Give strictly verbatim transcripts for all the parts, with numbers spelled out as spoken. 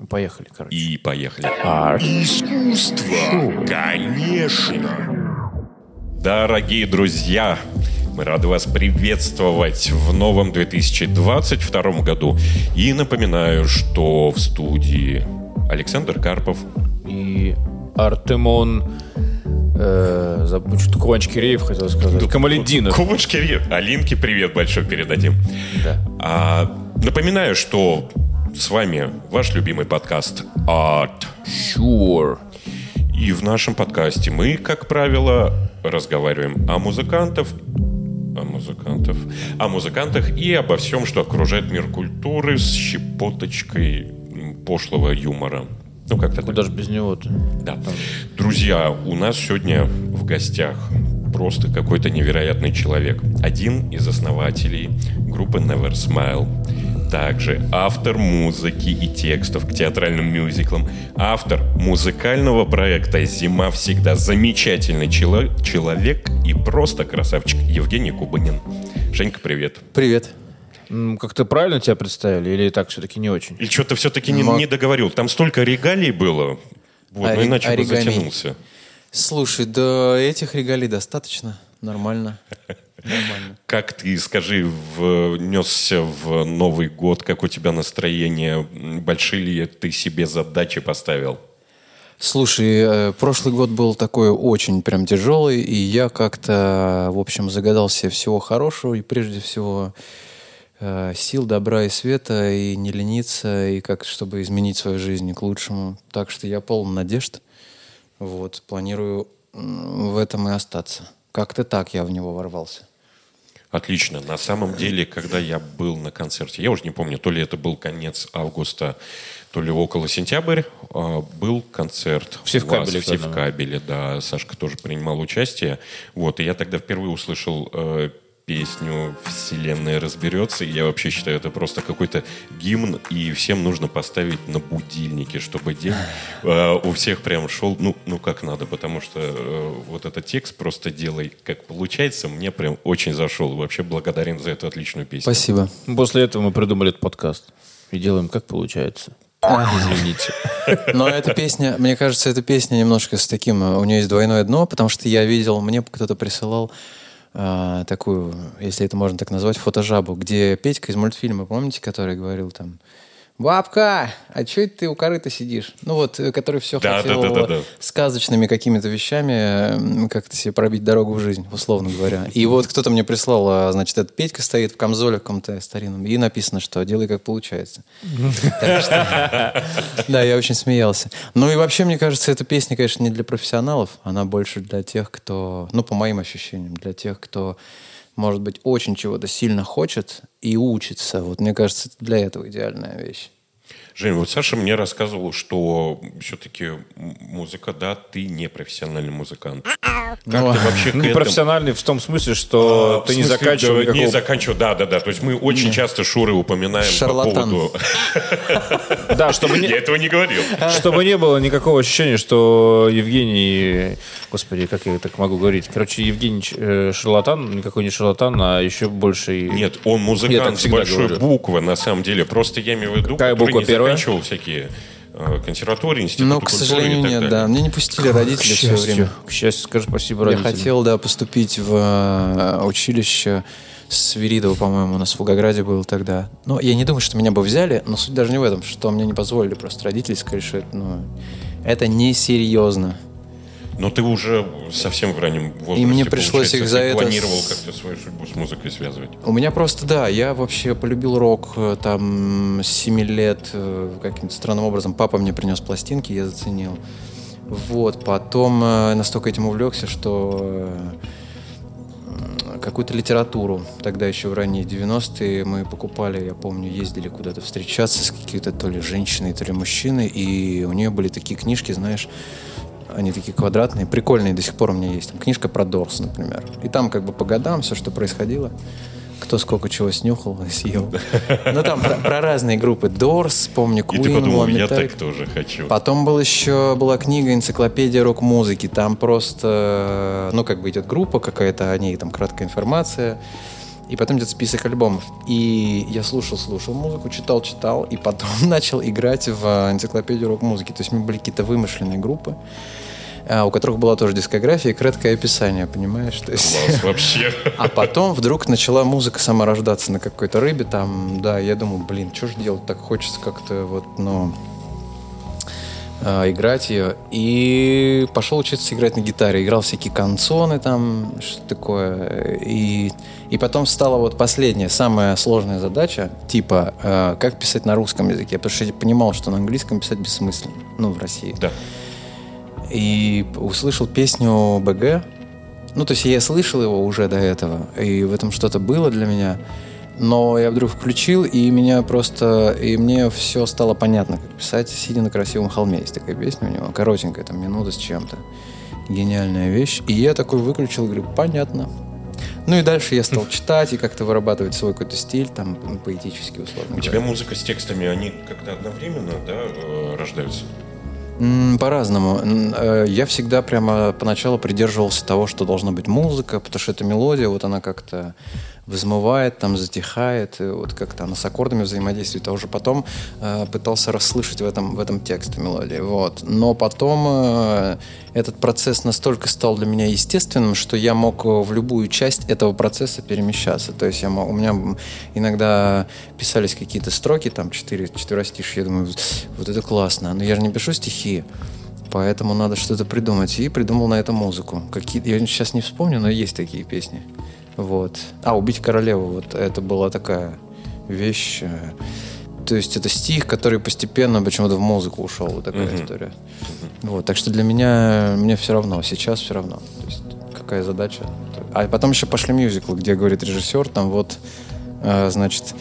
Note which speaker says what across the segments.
Speaker 1: Поехали, короче.
Speaker 2: И поехали.
Speaker 1: Арт.
Speaker 2: Искусство, конечно. Дорогие друзья, мы рады вас приветствовать в новом две тысячи двадцать втором году. И напоминаю, что в студии Александр Карпов
Speaker 1: и Артемон... Э, забыл, что-то Куванч-Киреев хотел сказать.
Speaker 2: Да,
Speaker 1: Камалетдинов.
Speaker 2: Куванч-Киреев. Алинке привет большой передадим.
Speaker 1: Да.
Speaker 2: А, напоминаю, что с вами ваш любимый подкаст Art.
Speaker 1: Sure.
Speaker 2: И в нашем подкасте мы, как правило, разговариваем о музыкантах, о музыкантах, о музыкантах и обо всем, что окружает мир культуры с щепоточкой пошлого юмора. Ну, как-то
Speaker 1: Куда
Speaker 2: так.
Speaker 1: же без него-то?
Speaker 2: Да. Друзья, у нас сегодня в гостях просто какой-то невероятный человек. Один из основателей группы Never Smile. Также автор музыки и текстов к театральным мюзиклам. Автор музыкального проекта «Зима всегда». Замечательный чело- человек и просто красавчик Евгений Кубанин. Женька, привет.
Speaker 3: Привет.
Speaker 1: Как-то правильно тебя представили или так все-таки не очень?
Speaker 2: Или что-то все-таки не,
Speaker 3: Но...
Speaker 2: не договорил. Там столько регалий было. Вот,
Speaker 3: Ори-
Speaker 2: но иначе
Speaker 3: оригами.
Speaker 2: бы затянулся.
Speaker 3: Слушай, да этих регалий достаточно. Нормально. Нормально.
Speaker 2: Как ты, скажи, внесся в Новый год? Как у тебя настроение? Большие ли ты себе задачи поставил?
Speaker 3: Слушай, прошлый год был такой очень прям тяжелый, и я как-то, в общем, загадал себе всего хорошего, и прежде всего сил, добра и света, и не лениться, и как, чтобы изменить свою жизнь к лучшему. Так что я полон надежд. Вот, планирую в этом и остаться. Как-то так я в него ворвался.
Speaker 2: Отлично. На самом деле, когда я был на концерте, я уже не помню, то ли это был конец августа, то ли около сентябрь, был концерт.
Speaker 1: Все в кабеле.
Speaker 2: Все в кабеле, да. Сашка тоже принимал участие. Вот, и я тогда впервые услышал э, песню «Вселенная разберется». И я вообще считаю, это просто какой-то гимн, и всем нужно поставить на будильники, чтобы день э, у всех прям шел, ну, ну как надо, потому что э, вот этот текст «Просто делай, как получается» мне прям очень зашел. Вообще благодарен за эту отличную песню.
Speaker 3: Спасибо.
Speaker 1: После этого мы придумали этот подкаст. И делаем, как получается. Извините.
Speaker 3: Но эта песня, мне кажется, эта песня немножко с таким... У нее есть двойное дно, потому что я видел, мне кто-то присылал а, такую, если это можно так назвать, фотожабу, где Петька из мультфильма, помните, который говорил там: «Бабка, а чё это ты у корыта сидишь?» Ну вот, который все
Speaker 2: да,
Speaker 3: хотел
Speaker 2: да, да, да, да.
Speaker 3: сказочными какими-то вещами как-то себе пробить дорогу в жизнь, условно говоря. И вот кто-то мне прислал, значит, этот Петька стоит в камзоле каком-то старинном, и написано, что «делай как получается». Да, я очень смеялся. Ну и вообще, мне кажется, эта песня, конечно, не для профессионалов, она больше для тех, кто, ну, по моим ощущениям, для тех, кто, может быть, очень чего-то сильно хочет и учится. Вот мне кажется, это для этого идеальная вещь.
Speaker 2: Жень, вот Саша мне рассказывал, что все-таки музыка, да, ты не профессиональный музыкант. Как
Speaker 1: ну,
Speaker 2: ты вообще к
Speaker 1: не
Speaker 2: этому...
Speaker 1: профессиональный в том смысле, что
Speaker 2: а,
Speaker 1: ты
Speaker 2: смысле,
Speaker 1: не заканчивал
Speaker 2: да,
Speaker 1: никакого...
Speaker 2: Не заканчивал, да, да, да. То есть мы очень
Speaker 3: Нет.
Speaker 2: часто Шуры упоминаем
Speaker 3: Шарлатан.
Speaker 2: по поводу...
Speaker 1: Да, чтобы не...
Speaker 2: Я этого не говорил.
Speaker 1: Чтобы не было никакого ощущения, что Евгений... Господи, как я так могу говорить? Короче, Евгений э, шарлатан, никакой не шарлатан, а еще больше...
Speaker 2: Нет, он
Speaker 1: Я
Speaker 2: музыкант
Speaker 1: так
Speaker 2: с
Speaker 1: всегда
Speaker 2: большой
Speaker 1: говорю.
Speaker 2: буквы, на самом деле. Просто я имею в виду,
Speaker 1: Какая
Speaker 2: который
Speaker 1: буква
Speaker 2: не
Speaker 1: первая?
Speaker 2: заканчивал всякие э, консерватории, институты
Speaker 3: Ну, к
Speaker 2: культуры
Speaker 3: сожалению,
Speaker 2: и так
Speaker 3: нет,
Speaker 2: далее.
Speaker 3: да. Мне не пустили родители все время.
Speaker 1: К счастью, скажи спасибо
Speaker 3: Я
Speaker 1: родителям.
Speaker 3: хотел, да, поступить в э, училище Свиридова, по-моему, у нас в Волгограде было тогда. Но я не думаю, что меня бы взяли, но суть даже не в этом, что мне не позволили просто родители, сказали, что это, ну, это несерьезно.
Speaker 2: Но ты уже совсем в раннем возрасте,
Speaker 3: И мне пришлось
Speaker 2: получается,
Speaker 3: их за
Speaker 2: ты
Speaker 3: это
Speaker 2: планировал
Speaker 3: с-
Speaker 2: как-то свою судьбу с музыкой связывать.
Speaker 3: У меня просто, да, я вообще полюбил рок э, там с семи лет э, каким-то странным образом. Папа мне принес пластинки, я заценил. Вот, потом э, настолько этим увлекся, что э, какую-то литературу тогда еще в ранние девяностые мы покупали, я помню, ездили куда-то встречаться с какой-то то ли женщиной, то ли мужчиной, и у нее были такие книжки, знаешь, они такие квадратные, прикольные, до сих пор у меня есть. Там книжка про Дорс, например. И там как бы по годам все, что происходило. Кто сколько чего снюхал и съел. Ну там про, про разные группы. Дорс, помню,
Speaker 2: И ты
Speaker 3: Queen,
Speaker 2: подумал, я
Speaker 3: Metallica.
Speaker 2: так тоже хочу.
Speaker 3: Потом был еще, была книга «Энциклопедия рок-музыки». Там просто, ну как бы идет группа какая-то, о ней там краткая информация. И и потом где-то список альбомов. И я слушал, слушал музыку, читал, читал, и потом начал играть в энциклопедию рок-музыки. То есть у меня были какие-то вымышленные группы, у которых была тоже дискография и краткое описание, понимаешь? То есть...
Speaker 2: Класс, вообще.
Speaker 3: А потом вдруг начала музыка сама рождаться на какой-то рыбе, там, да, я думал, блин, что же делать, так хочется как-то вот, ну, э, играть ее. И пошел учиться играть на гитаре, играл всякие канцоны там, что такое. И, и потом стала вот последняя, самая сложная задача, типа, э, как писать на русском языке, потому что я понимал, что на английском писать бессмысленно, ну, в России.
Speaker 2: Да.
Speaker 3: И услышал песню БГ. Ну, то есть я слышал его уже до этого, и в этом что-то было для меня. Но я вдруг включил, и меня просто... И мне все стало понятно, как писать «Сидя на красивом холме». Есть такая песня у него, коротенькая, там, минута с чем-то. Гениальная вещь. И я такой выключил, говорю, понятно. Ну и дальше я стал читать и как-то вырабатывать свой какой-то стиль, там, поэтический, условно.
Speaker 2: У тебя музыка с текстами, они как-то одновременно, да, рождаются?
Speaker 3: По-разному. Я всегда прямо поначалу придерживался того, что должна быть музыка, потому что эта мелодия, вот она как-то взмывает, там затихает, и вот как-то она с аккордами взаимодействует, а уже потом э, пытался расслышать в этом, в этом тексте мелодии. Вот. Но потом э, этот процесс настолько стал для меня естественным, что я мог в любую часть этого процесса перемещаться. То есть я мог, у меня иногда писались какие-то строки, там четыре, четверостишие, я думаю, вот это классно, но я же не пишу стихи. Поэтому надо что-то придумать. И придумал на это музыку. Какие, я сейчас не вспомню, но есть такие песни. Вот. А, «Убить королеву», вот это была такая вещь. То есть это стих, который постепенно почему-то в музыку ушел. Вот такая uh-huh. история. Uh-huh. Вот. Так что для меня, мне все равно, сейчас все равно. То есть какая задача. А потом еще пошли мюзиклы, где говорит режиссер, там вот, э, значит,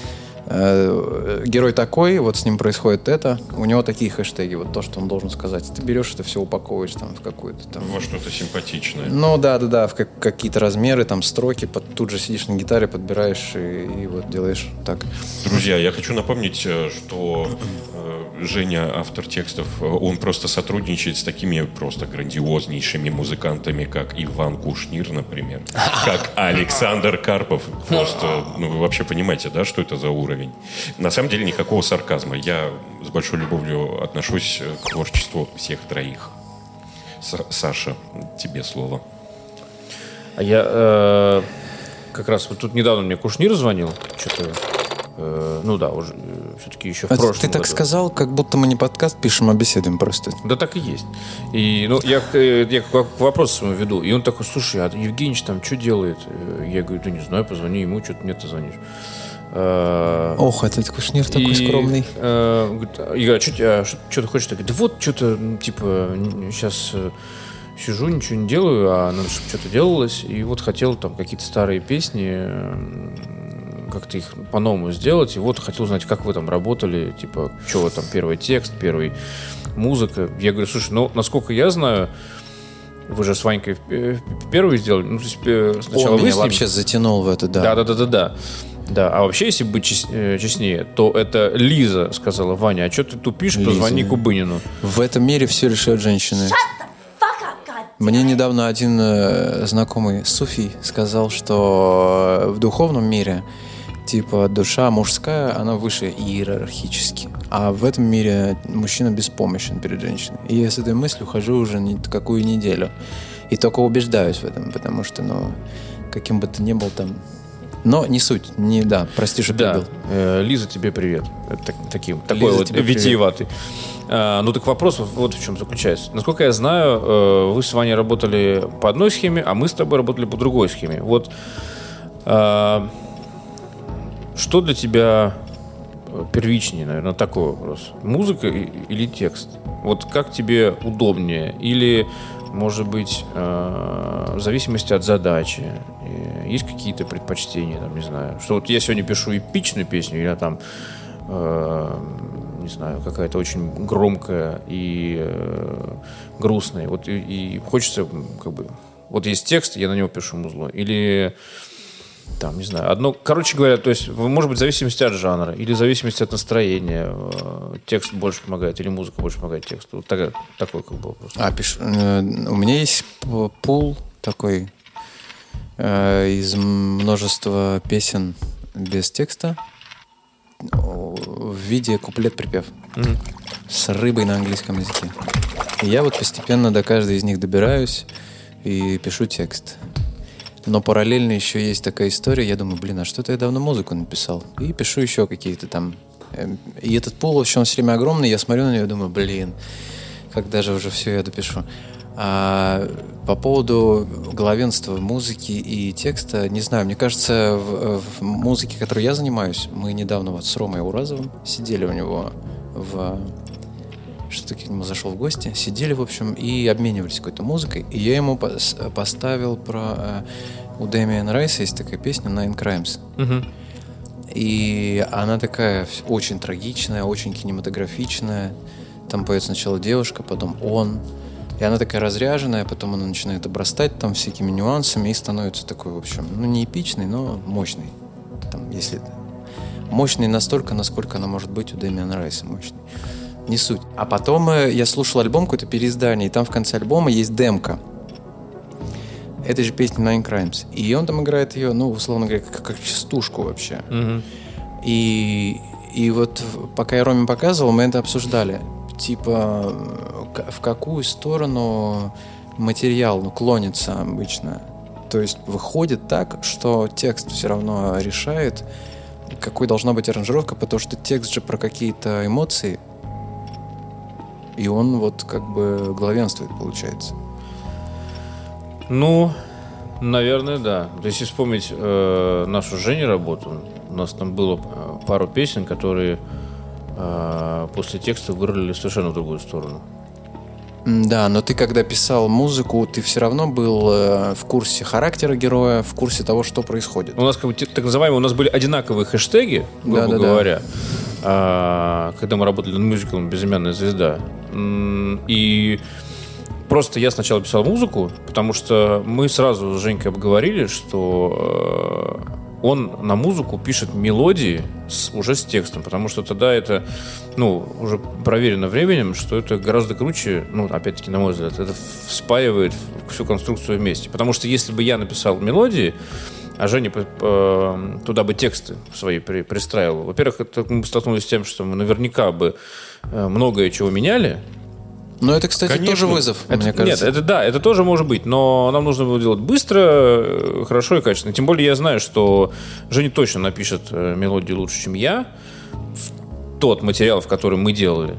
Speaker 3: э, герой такой, вот с ним происходит это, у него такие хэштеги, вот то, что он должен сказать. Ты берешь это все, упаковываешь там в какую-то там...
Speaker 2: Во что-то симпатичное.
Speaker 3: Ну да, да, да, в как, какие-то размеры, там строки, под, тут же сидишь на гитаре, подбираешь и, и вот делаешь так.
Speaker 2: Друзья, я хочу напомнить, что э, Женя, автор текстов, он просто сотрудничает с такими просто грандиознейшими музыкантами, как Иван Кушнир, например, как Александр Карпов. Просто, ну вы вообще понимаете, да, что это за уровень? На самом деле никакого сарказма. Я с большой любовью отношусь к творчеству всех троих. С- Саша, тебе слово.
Speaker 1: А я э, как раз вот тут недавно мне Кушнир звонил, что-то, э, ну да, уже э, все-таки еще в
Speaker 3: А
Speaker 1: прошлом
Speaker 3: ты так
Speaker 1: году.
Speaker 3: сказал, как будто мы не подкаст пишем, а беседуем просто.
Speaker 1: Да так и есть. И ну я, я к вопросу своему веду, и он такой, слушай, а Евгеньевич там что делает? Я говорю, да не знаю, позвони ему, что ты мне-то звонишь.
Speaker 3: Ох, этот Кушнир такой
Speaker 1: и,
Speaker 3: скромный.
Speaker 1: Э, говорит, я говорю, а что, а что, что ты хочешь? Да вот, что-то, типа, сейчас э, сижу, ничего не делаю, а надо, чтобы что-то делалось. И вот хотел там какие-то старые песни, э, как-то их по-новому сделать. И вот хотел узнать, как вы там работали, типа, что вы там, первый текст, первый музыка. Я говорю, слушай, ну, насколько я знаю, вы же с Ванькой первый сделали. Ну, то есть сначала
Speaker 3: Он
Speaker 1: вы
Speaker 3: меня
Speaker 1: с ним...
Speaker 3: вообще затянул в это, да.
Speaker 1: Да-да-да-да-да. Да, а вообще, если быть чес- э, честнее, то это Лиза сказала: Ваня, а что ты тупишь,
Speaker 3: Лиза.
Speaker 1: позвони Кубынину.
Speaker 3: В этом мире все решают женщины. Мне недавно один э, знакомый суфий сказал, что в духовном мире типа душа мужская, она выше иерархически. А в этом мире мужчина беспомощен перед женщиной. И я с этой мыслью хожу уже не какую неделю. И только убеждаюсь в этом, потому что, ну, каким бы ты ни был там... Но не суть, не да, прости, что
Speaker 1: Да,
Speaker 3: перебил.
Speaker 1: э, Лиза, тебе привет. Так, таким, такой
Speaker 3: Лиза,
Speaker 1: вот
Speaker 3: тебе привет.
Speaker 1: витиеватый. А, ну так вопрос вот, вот в чем заключается. Насколько я знаю, э, вы с Ваней работали по одной схеме, а мы с тобой работали по другой схеме. Вот э, что для тебя первичнее, наверное, такой вопрос? Музыка или текст? Вот как тебе удобнее? Или, может быть, э, в зависимости от задачи, э, есть какие-то предпочтения, там, не знаю. Что вот я сегодня пишу эпичную песню, или там, э, не знаю, какая-то очень громкая и э, грустная. Вот и, и хочется, как бы, вот есть текст, я на него пишу музло. Или там, не знаю, одно, короче говоря, то есть, может быть, в зависимости от жанра или в зависимости от настроения э, текст больше помогает или музыка больше помогает тексту. Вот такой, такой как бы вопрос.
Speaker 3: А, пишу, э, у меня есть пул такой. э, из множества песен без текста в виде куплет-припев mm-hmm. с рыбой на английском языке. И я вот постепенно до каждой из них добираюсь и пишу текст. Но параллельно еще есть такая история. Я думаю, блин, а что-то я давно музыку написал. И пишу еще какие-то там. И этот пул, в общем, он все время огромный. Я смотрю на него и думаю, блин, когда же уже все я допишу. А по поводу главенства музыки и текста, не знаю, мне кажется, в, в музыке, которой я занимаюсь, мы недавно вот с Ромой Уразовым сидели у него в... Что-то к нему зашел в гости, сидели, в общем, и обменивались какой-то музыкой. И я ему пос- поставил про... У Дэмиана Райса есть такая песня «Nine Crimes».
Speaker 1: Uh-huh.
Speaker 3: И она такая очень трагичная, очень кинематографичная. Там поет сначала девушка, потом он. И она такая разряженная, потом она начинает обрастать там всякими нюансами и становится такой, в общем, ну, не эпичной, но мощной. Там, если... Мощной настолько, насколько она может быть у Дэмиана Райса мощной. Не суть. А потом э, я слушал альбом, какое-то переиздание, и там в конце альбома есть демка этой же песни Nine Crimes. И он там играет ее, ну, условно говоря, как, как частушку вообще.
Speaker 1: Mm-hmm.
Speaker 3: И, и вот пока я Роме показывал, мы это обсуждали. Типа, в какую сторону материал ну, клонится обычно. То есть выходит так, что текст все равно решает, какой должна быть аранжировка, потому что текст же про какие-то эмоции. И он вот как бы главенствует, получается.
Speaker 1: Ну, наверное, да. То есть, если вспомнить э, нашу с Женей работу, у нас там было пару песен, которые э, после текста вырвали совершенно в другую сторону.
Speaker 3: Да, но ты, когда писал музыку, ты все равно был э, в курсе характера героя, в курсе того, что происходит.
Speaker 1: У нас, как бы, так называемые, у нас были одинаковые хэштеги, грубо
Speaker 3: да, да,
Speaker 1: говоря, да. э, когда мы работали над мюзиклом «Безымянная звезда». И просто я сначала писал музыку, потому что мы сразу с Женькой обговорили, что э, он на музыку пишет мелодии с, уже с текстом, потому что тогда это, ну, уже проверено временем, что это гораздо круче, ну, опять-таки, на мой взгляд, это спаивает всю конструкцию вместе. Потому что если бы я написал мелодии, а Женя э, туда бы тексты свои при, пристраивал, во-первых, это мы бы столкнулись с тем, что мы наверняка бы э, многое чего меняли.
Speaker 3: Но это, кстати, Конечно. тоже вызов,
Speaker 1: это,
Speaker 3: мне кажется.
Speaker 1: Нет, это да, это тоже может быть, но нам нужно было делать быстро, хорошо и качественно. Тем более я знаю, что Женя точно напишет мелодию лучше, чем я, в тот материал, в который мы делали.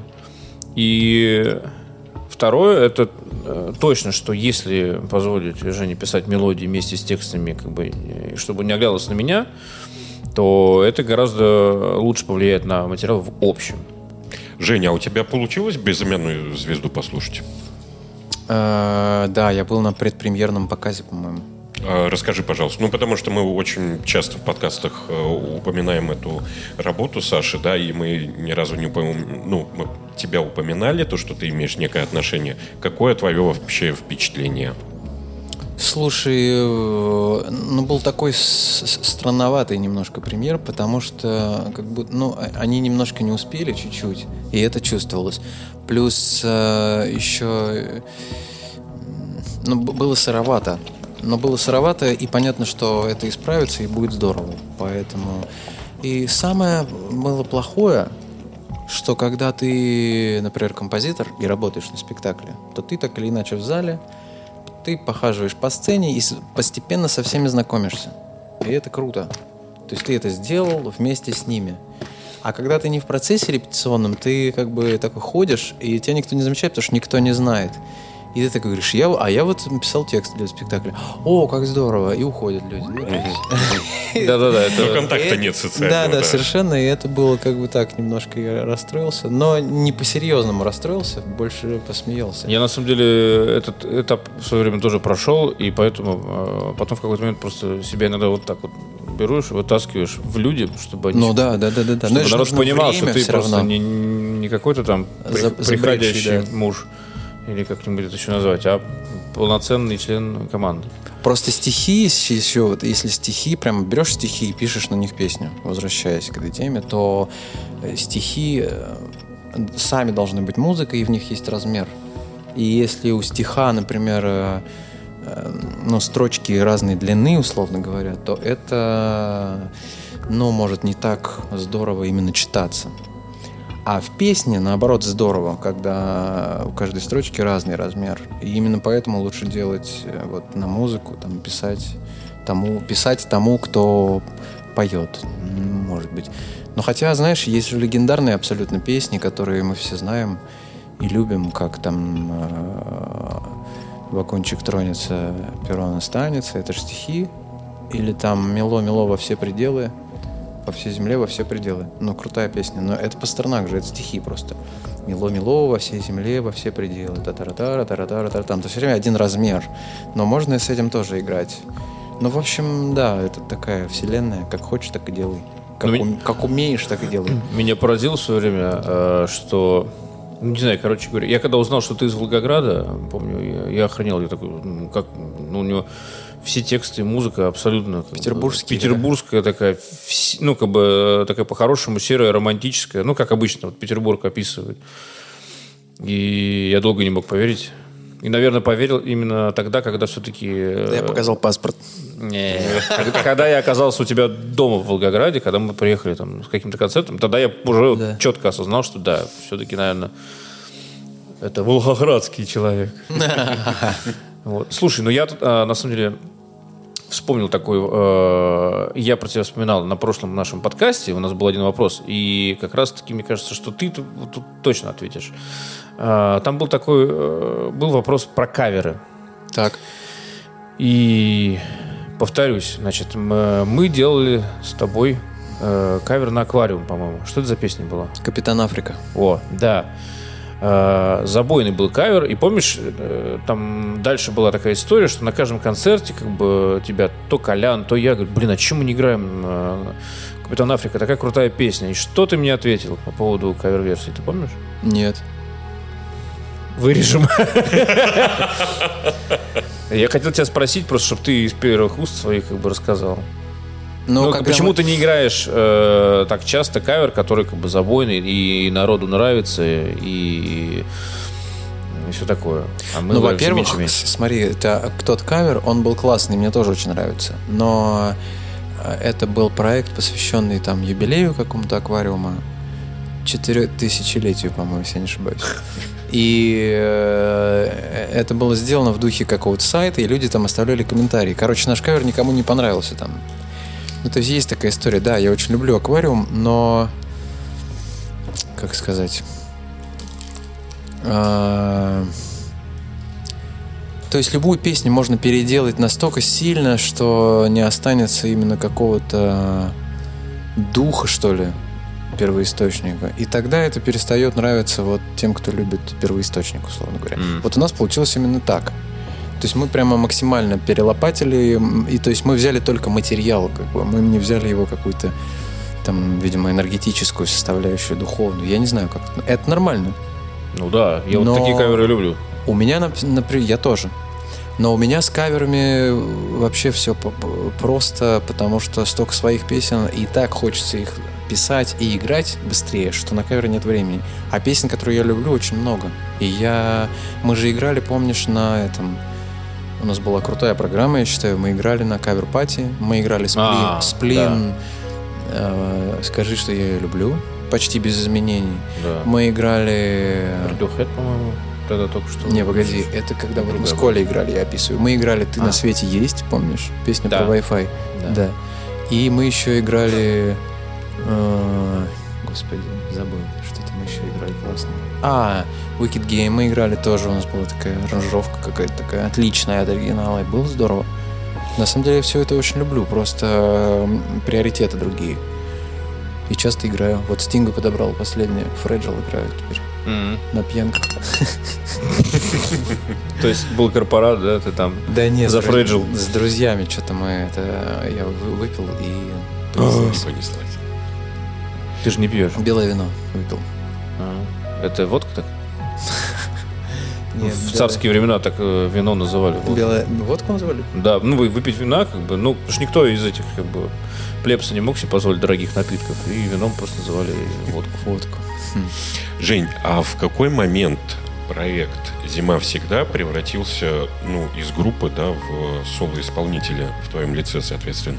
Speaker 1: И второе, это точно, что если позволить Жене писать мелодии вместе с текстами, как бы, чтобы не оглядывалось на меня, то это гораздо лучше повлияет на материал в общем.
Speaker 2: Женя, а у тебя получилось «Безымянную звезду» послушать?
Speaker 3: А, да, я был на предпремьерном показе, по-моему.
Speaker 2: А, расскажи, пожалуйста. Ну, потому что мы очень часто в подкастах упоминаем эту работу Саши, да, и мы ни разу не упомянули, ну, мы тебя упоминали, то, что ты имеешь некое отношение. Какое твое вообще впечатление?
Speaker 3: Слушай, ну, был такой странноватый немножко премьер, потому что как бы, ну, они немножко не успели чуть-чуть, и это чувствовалось. Плюс э, еще ну, было сыровато. Но было сыровато, и понятно, что это исправится, и будет здорово. Поэтому... И самое было плохое, что когда ты, например, композитор и работаешь на спектакле, то ты так или иначе в зале, ты похаживаешь по сцене и постепенно со всеми знакомишься. И это круто. То есть ты это сделал вместе с ними. А когда ты не в процессе репетиционном, ты как бы такой ходишь, и тебя никто не замечает, потому что никто не знает. И ты такой говоришь, я, а я вот написал текст для спектакля. О, как здорово. И уходят люди.
Speaker 1: Да-да-да.
Speaker 2: Но контакта нет социального.
Speaker 3: Да, да, совершенно. И это было как бы так, немножко я расстроился. Но не по-серьезному расстроился, больше посмеялся.
Speaker 1: Я на самом деле этот этап в свое время тоже прошел, и поэтому потом в какой-то момент просто себя иногда вот так вот берешь, вытаскиваешь в люди, чтобы они...
Speaker 3: Ну да, да, да, да.
Speaker 1: Чтобы народ понимал, что ты просто не, не какой-то там
Speaker 3: За,
Speaker 1: приходящий
Speaker 3: да.
Speaker 1: муж, или как-нибудь это еще назвать, а полноценный член команды.
Speaker 3: Просто стихи еще, вот если стихи, прям берешь стихи и пишешь на них песню, возвращаясь к этой теме, то стихи сами должны быть музыкой, и в них есть размер. И если у стиха, например, ну, строчки разной длины, условно говоря, то это, ну, может не так здорово именно читаться. А в песне, наоборот, здорово, когда у каждой строчки разный размер. И именно поэтому лучше делать вот на музыку, там, писать тому, писать тому, кто поет, может быть. Но хотя, знаешь, есть же легендарные абсолютно песни, которые мы все знаем и любим, как там э, «Вагончик тронется, перрон останется», это же стихи. Или там «Мело-мело во все пределы», «По всей земле, во все пределы». Ну, крутая песня. Но это Пастернак же, это стихи просто. «Мело-мело во всей земле, во все пределы». Та-та-ра-та-ра, та-ра-та-ра, там. То все время один размер. Но можно и с этим тоже играть. Ну, в общем, да, это такая вселенная. Как хочешь, так и делай. Как,
Speaker 1: Ну,
Speaker 3: ум- как умеешь, так и делай.
Speaker 1: Меня поразило в свое время, э, что... Ну, не знаю, короче говоря, я когда узнал, что ты из Волгограда, помню, я, я охренел, я такой, ну, как, ну, у него все тексты и музыка абсолютно... как бы,
Speaker 3: Петербургские,
Speaker 1: Петербургская такая, вс- ну, как бы, такая по-хорошему серая, романтическая, ну, как обычно, вот Петербург описывает. И я долго не мог поверить. И, наверное, поверил именно тогда, когда все-таки...
Speaker 3: Да, я показал паспорт.
Speaker 1: Не, когда, когда я оказался у тебя дома в Волгограде, когда мы приехали там с каким-то концертом, тогда я уже
Speaker 3: Да.
Speaker 1: четко осознал, что да, все-таки, наверное, это волгоградский человек. Вот. Слушай, ну я тут, а, на самом деле, вспомнил такой... э, я про тебя вспоминал на прошлом нашем подкасте, у нас был один вопрос, и как раз-таки, мне кажется, что ты тут, тут точно ответишь. А, там был такой... э, был вопрос про каверы.
Speaker 3: Так.
Speaker 1: И повторюсь, значит, м- мы делали с тобой э, кавер на «Аквариум», по-моему. Что это за песня была?
Speaker 3: «Капитан Африка».
Speaker 1: О, да. Э, забойный был кавер. И помнишь, э, там дальше была такая история, что на каждом концерте как бы тебя то Колян, то я говорю, блин, а чему мы не играем э, «Капитан Африка»? Такая крутая песня. И что ты мне ответил по поводу кавер-версии, ты помнишь?
Speaker 3: Нет.
Speaker 1: Вырежем. Я хотел тебя спросить, просто чтобы ты из первых уст своих как бы рассказал.
Speaker 3: Но
Speaker 1: Ну,
Speaker 3: когда
Speaker 1: почему
Speaker 3: мы-
Speaker 1: ты не играешь э, так часто кавер, который как бы забойный и народу нравится, и, и все такое? А мы
Speaker 3: Ну,
Speaker 1: играем всё
Speaker 3: во-первых,
Speaker 1: меньше и меньше.
Speaker 3: с- смотри, это тот кавер, он был классный, мне тоже очень нравится. Но э, это был проект, посвященный там юбилею какому-то аквариума, четырехтысячелетию, по-моему, если я не ошибаюсь. И э, это было сделано в духе какого-то сайта, и люди там оставляли комментарии. Короче, наш кавер никому не понравился там. Ну, то есть есть такая история. Да, я очень люблю аквариум, но... Как сказать... А, То есть любую песню можно переделать настолько сильно, что не останется именно какого-то духа, что ли, первоисточника. И тогда это перестает нравиться вот тем, кто любит первоисточник, условно говоря.
Speaker 1: Mm.
Speaker 3: Вот у нас получилось именно так. То есть мы прямо максимально перелопатили, и то есть мы взяли только материал, как бы, мы не взяли его какую-то там, видимо, энергетическую составляющую, духовную. Я не знаю, как это. Это нормально.
Speaker 1: Ну да, я
Speaker 3: Но-
Speaker 1: вот такие каверы люблю.
Speaker 3: У меня, например, я тоже. Но у меня с каверами вообще все просто, потому что столько своих песен, и так хочется их писать и играть быстрее, что на каверы нет времени. А песен, которые я люблю, очень много. И я... Мы же играли, помнишь, на этом... У нас была крутая программа, я считаю. Мы играли на кавер-пати. Мы играли сплин.
Speaker 1: А,
Speaker 3: сплин э, «Скажи, что я ее люблю». Почти без изменений.
Speaker 1: Да.
Speaker 3: Мы играли...
Speaker 1: Radiohead, по-моему, тогда только что.
Speaker 3: Не, погоди, это когда вот мы
Speaker 1: Другая
Speaker 3: с Колей играли, я описываю. Мы играли «Ты
Speaker 1: А.
Speaker 3: на свете есть», помнишь? Песня
Speaker 1: Да.
Speaker 3: про Wi-Fi.
Speaker 1: Да.
Speaker 3: Да. И мы еще играли... э, Господи, забыл. Что-то мы еще играли классно. А, Wicked Game мы играли тоже. У нас была такая аранжировка какая-то такая отличная от оригинала. И было здорово. На самом деле я все это очень люблю. Просто м, приоритеты другие. И часто играю. Вот Стинга подобрал последнее. Fragile играю теперь.
Speaker 1: Мгм.
Speaker 3: На пьянках.
Speaker 1: То есть был корпорат, да, ты там...
Speaker 3: Да нет,
Speaker 1: За
Speaker 3: с друз-
Speaker 1: Fragile.
Speaker 3: С друзьями что-то мы это... Я вы- выпил и...
Speaker 2: И
Speaker 3: понеслась.
Speaker 2: понеслась.
Speaker 1: Ты же не пьешь.
Speaker 3: Белое вино выпил.
Speaker 1: А. Это водка так?
Speaker 3: Нет,
Speaker 1: В
Speaker 3: белое-
Speaker 1: царские времена так э, вино называли. водкой.
Speaker 3: Белое... Водку называли?
Speaker 1: Да, ну вы выпить вина, как бы, ну, потому что никто из этих, как бы, плебса не мог себе позволить дорогих напитков, и вином просто называли водку.
Speaker 3: Водку.
Speaker 2: Жень, а в какой момент проект «Зима всегда» превратился, ну, из группы, да, в соло-исполнителя в твоем лице, соответственно?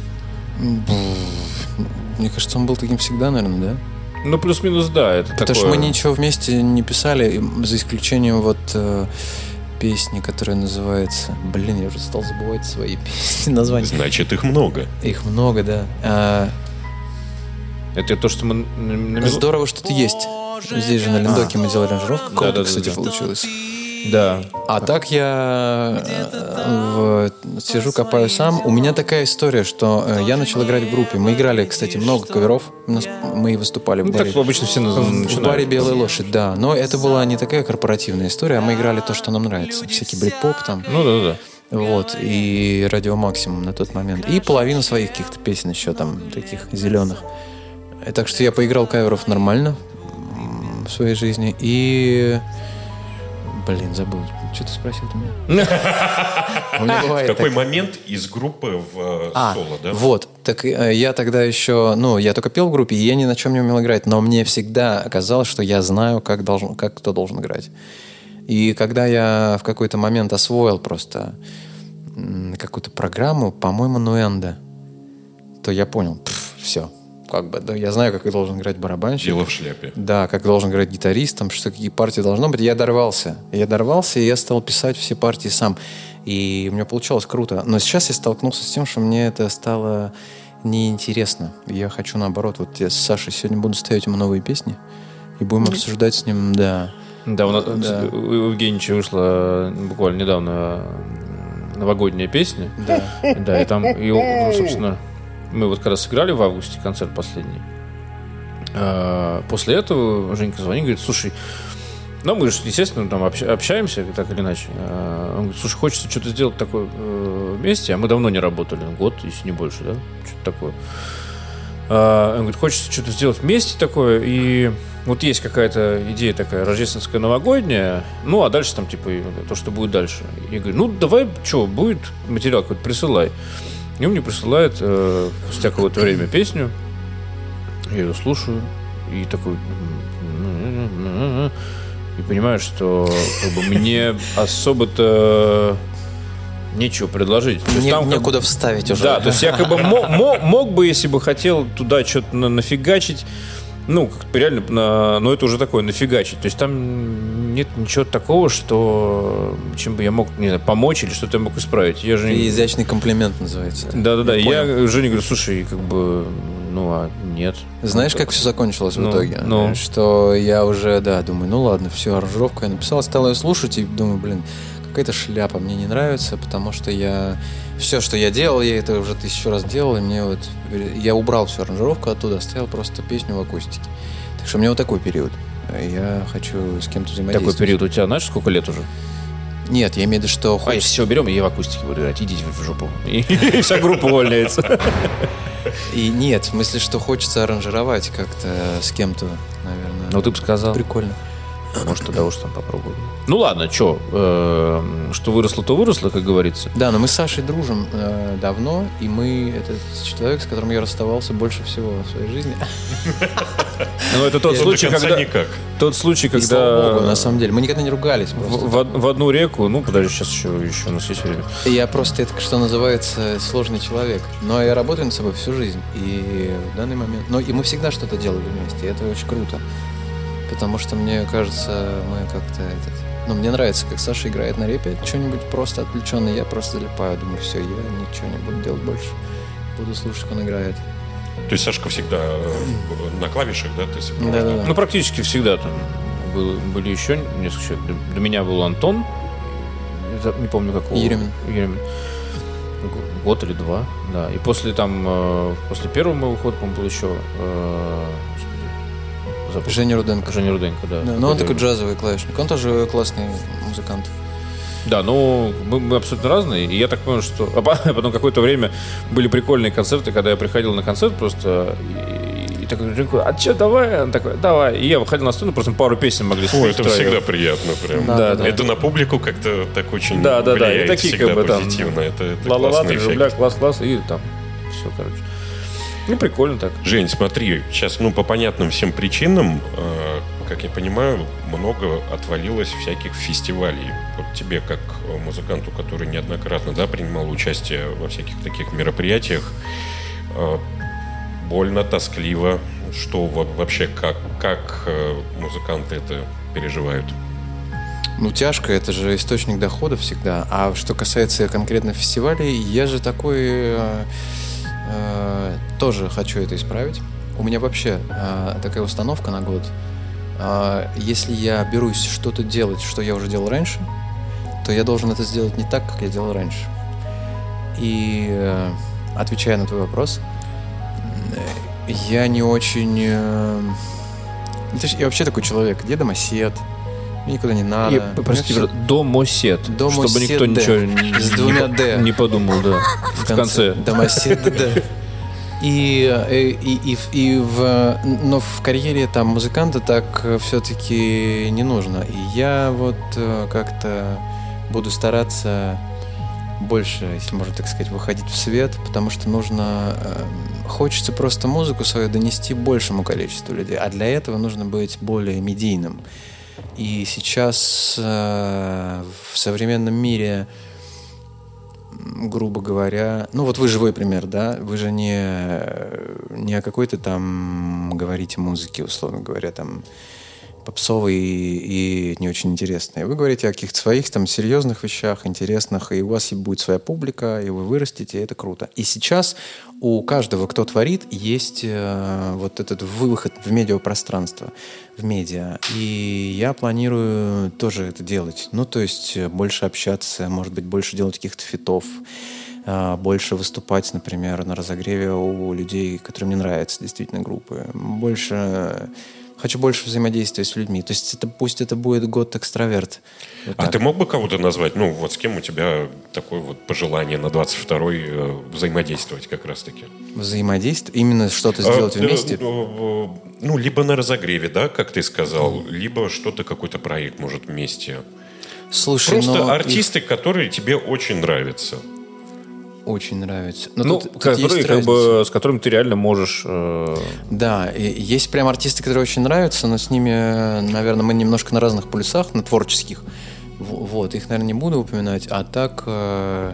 Speaker 3: Мне кажется, он был таким всегда, наверное, да?
Speaker 1: Ну, плюс-минус, да. Это
Speaker 3: Потому
Speaker 1: такое...
Speaker 3: что мы ничего вместе не писали, за исключением вот э, песни, которая называется... Блин, я уже стал забывать свои песни, названия.
Speaker 2: Значит, их много.
Speaker 3: Их много, да. А...
Speaker 1: Это то, что мы... На...
Speaker 3: Здорово, что ты есть. Здесь же на Линдоке а. мы делали аранжировку. Круто, да, да, кстати, да, да. получилось.
Speaker 1: Да.
Speaker 3: А так я в... сижу, копаю сам. У меня такая история, что я начал играть в группе. Мы играли, кстати, много каверов. Мы и выступали в баре.
Speaker 1: Ну, так обычно все
Speaker 3: начинают. В баре «Белая лошадь», да. Но это была не такая корпоративная история, а мы играли то, что нам нравится. Всякий брит-поп там.
Speaker 1: Ну да, да.
Speaker 3: Вот. И «Радио Максимум» на тот момент. И половину своих каких-то песен еще там, таких зеленых. И так что я поиграл каверов нормально в своей жизни. И... Блин, забыл. Что ты спросил у меня?
Speaker 2: В какой момент из группы в соло, да?
Speaker 3: Вот. Так я тогда еще... Ну, я только пел в группе, и я ни на чем не умел играть. Но мне всегда казалось, что я знаю, как, должен, как кто должен играть. И когда я в какой-то момент освоил просто какую-то программу, по-моему, Нуэнда, то я понял, все. Как бы, да, я знаю, как я должен играть барабанщик.
Speaker 2: Дело в шляпе.
Speaker 3: Да, как должен играть гитарист, там, что какие партии должно быть. Я дорвался. Я дорвался, и я стал писать все партии сам. И у меня получалось круто. Но сейчас я столкнулся с тем, что мне это стало неинтересно. Я хочу, наоборот, вот я с Сашей сегодня буду ставить ему новые песни, и будем mm-hmm. обсуждать с ним, да.
Speaker 1: Да, у, нас, да. у Евгеньевича вышла буквально недавно новогодняя песня.
Speaker 3: Да.
Speaker 1: Да, и там, и, ну, собственно... Мы вот когда сыграли в августе концерт последний, после этого Женька звонит, говорит, слушай, ну мы же, естественно, там общаемся так или иначе. Он говорит, слушай, хочется что-то сделать такое вместе, а мы давно не работали, год, если не больше, да, что-то такое. Он говорит, хочется что-то сделать вместе такое, и вот есть какая-то идея такая рождественская, новогодняя, ну а дальше там типа то, что будет дальше. Я говорю, ну давай, что, будет материал какой-то, присылай. И он мне присылает э, спустя какое-то время песню. Я ее слушаю. И такой... И понимаю, что как бы, мне особо-то нечего предложить. То
Speaker 3: есть,
Speaker 1: не, там,
Speaker 3: некуда
Speaker 1: как...
Speaker 3: вставить уже.
Speaker 1: Да, то есть я как бы мог, мог, мог бы, если бы хотел туда что-то на, нафигачить. Ну, как-то реально, на, но это уже такое, нафигачить. То есть там нет ничего такого, что чем бы я мог, не знаю, помочь или что-то я мог исправить. Я же...
Speaker 3: И изящный комплимент называется.
Speaker 1: Да-да-да. Я, я Жене говорю, слушай, как бы, ну, а нет.
Speaker 3: Знаешь, как все закончилось
Speaker 1: ну,
Speaker 3: в итоге?
Speaker 1: Ну.
Speaker 3: Что я уже, да, думаю, ну ладно, все, аранжировку я написал, стал ее слушать и думаю, блин, какая-то шляпа мне не нравится, потому что я... Все, что я делал, я это уже тысячу раз делал, и мне вот... Я убрал всю аранжировку оттуда, оставил просто песню в акустике. Так что у меня вот такой период. Я хочу с кем-то взаимодействовать.
Speaker 1: Такой период у тебя, знаешь, сколько лет уже?
Speaker 3: Нет, я имею в виду, что...
Speaker 1: А если все уберем, я в акустике буду играть, идите в жопу. И вся группа увольняется.
Speaker 3: И нет, в смысле, что хочется аранжировать как-то с кем-то, наверное.
Speaker 1: Ну, ты бы сказал.
Speaker 3: Прикольно.
Speaker 1: Может, тогда уж там попробуем. Ну ладно, что, э, что выросло, то выросло, как говорится.
Speaker 3: Да, но мы с Сашей дружим э, давно, и мы это человек, с которым я расставался больше всего в своей жизни.
Speaker 1: Ну это тот случай, когда тот случай, когда
Speaker 3: слава богу, на самом деле мы никогда не ругались.
Speaker 1: В одну реку, ну подожди, сейчас еще еще у нас есть время.
Speaker 3: Я просто это, что называется, сложный человек, но я работаю над собой всю жизнь, и в данный момент, ну и мы всегда что-то делали вместе, и это очень круто. Потому что, мне кажется, мы как-то... Этот... Ну, мне нравится, как Саша играет на репе. Что-нибудь просто отвлеченное, я просто залипаю. Думаю, все, я ничего не буду делать больше. Буду слушать, как он играет.
Speaker 2: То есть Сашка всегда на клавишах, да? Ты
Speaker 3: да, да, да.
Speaker 1: Ну, практически всегда. Там был, были еще несколько человек. До меня был Антон. Не помню, какого.
Speaker 3: Еремин.
Speaker 1: Еремин. Год или два, да. И после там... После первого моего выхода, по-моему, был еще...
Speaker 3: Женя Руденко.
Speaker 1: Женя Руденко, да.
Speaker 3: да но он такой джазовый клавишник. Он тоже классный музыкант.
Speaker 1: Да, ну, мы, мы абсолютно разные. И я так понял, что... А потом какое-то время были прикольные концерты, когда я приходил на концерт просто... И, и такой, Женька, а что, давай? Он такой, давай. И я выходил на сцену, просто пару песен могли спеть.
Speaker 2: О, это всегда приятно прям.
Speaker 3: Да, да, да.
Speaker 2: Это на публику как-то так очень
Speaker 1: да, да,
Speaker 2: влияет,
Speaker 1: да. И такие,
Speaker 2: всегда
Speaker 1: как бы,
Speaker 2: позитивно.
Speaker 1: Там,
Speaker 2: это это
Speaker 1: ла-ла-ла,
Speaker 2: классный эффект.
Speaker 1: рубля, класс-класс, и там все, короче. Ну, прикольно так.
Speaker 2: Жень, смотри, сейчас, ну, по понятным всем причинам, э, как я понимаю, много отвалилось всяких фестивалей. Вот тебе, как музыканту, который неоднократно, да, принимал участие во всяких таких мероприятиях, больно, тоскливо, что вообще, как, как музыканты это переживают?
Speaker 3: Ну, тяжко, это же источник дохода всегда. А что касается конкретно фестивалей, я же такой э, э, тоже хочу это исправить. У меня вообще э, такая установка на год. Э, если я берусь что-то делать, что я уже делал раньше, то я должен это сделать не так, как я делал раньше. И э, отвечая на твой вопрос, э, я не очень... Э, я вообще такой человек, где домосед, мне никуда не надо.
Speaker 1: И, прости, все... домосед,
Speaker 3: домосед,
Speaker 1: чтобы никто
Speaker 3: Д.
Speaker 1: ничего не,
Speaker 3: с двумя Д.
Speaker 1: не подумал, да, в, в конце.
Speaker 3: Домосед, да. И, и, и, и в, но в карьере там музыканта так все-таки не нужно. И я вот как-то буду стараться больше, если можно так сказать, выходить в свет, потому что нужно... Хочется просто музыку свою донести большему количеству людей, а для этого нужно быть более медийным. И сейчас э, в современном мире, грубо говоря, ну вот вы живой пример, да, вы же не, не о какой-то там говорите музыке, условно говоря, там попсовой и, и не очень интересной. Вы говорите о каких-то своих там серьезных вещах, интересных, и у вас будет своя публика, и вы вырастете, и это круто. И сейчас у каждого, кто творит, есть э, вот этот выход в медиапространство, в медиа. И я планирую тоже это делать. Ну, то есть больше общаться, может быть, больше делать каких-то фитов, э, больше выступать, например, на разогреве у людей, которые мне нравятся, действительно, группы. Больше... Хочу больше взаимодействия с людьми. То есть это, пусть это будет год экстраверт. Вот
Speaker 2: а
Speaker 3: так.
Speaker 2: Ты мог бы кого-то назвать? Ну, вот с кем у тебя такое вот пожелание на двадцать второй э, взаимодействовать как раз-таки?
Speaker 3: Взаимодействовать? Именно что-то сделать
Speaker 2: а,
Speaker 3: вместе?
Speaker 2: Э, ну, либо на разогреве, да, как ты сказал, mm. либо что-то, какой-то проект, может, вместе.
Speaker 3: Слушай,
Speaker 2: Просто
Speaker 3: но
Speaker 2: артисты,
Speaker 3: их...
Speaker 2: которые тебе очень нравятся.
Speaker 3: Очень нравится. Но
Speaker 1: ну,
Speaker 3: тут, тут
Speaker 1: которые, как бы, с которыми ты реально можешь... Э...
Speaker 3: Да, и есть прям артисты, которые очень нравятся, но с ними, наверное, мы немножко на разных полюсах, на творческих. Вот, их, наверное, не буду упоминать. А так... Э...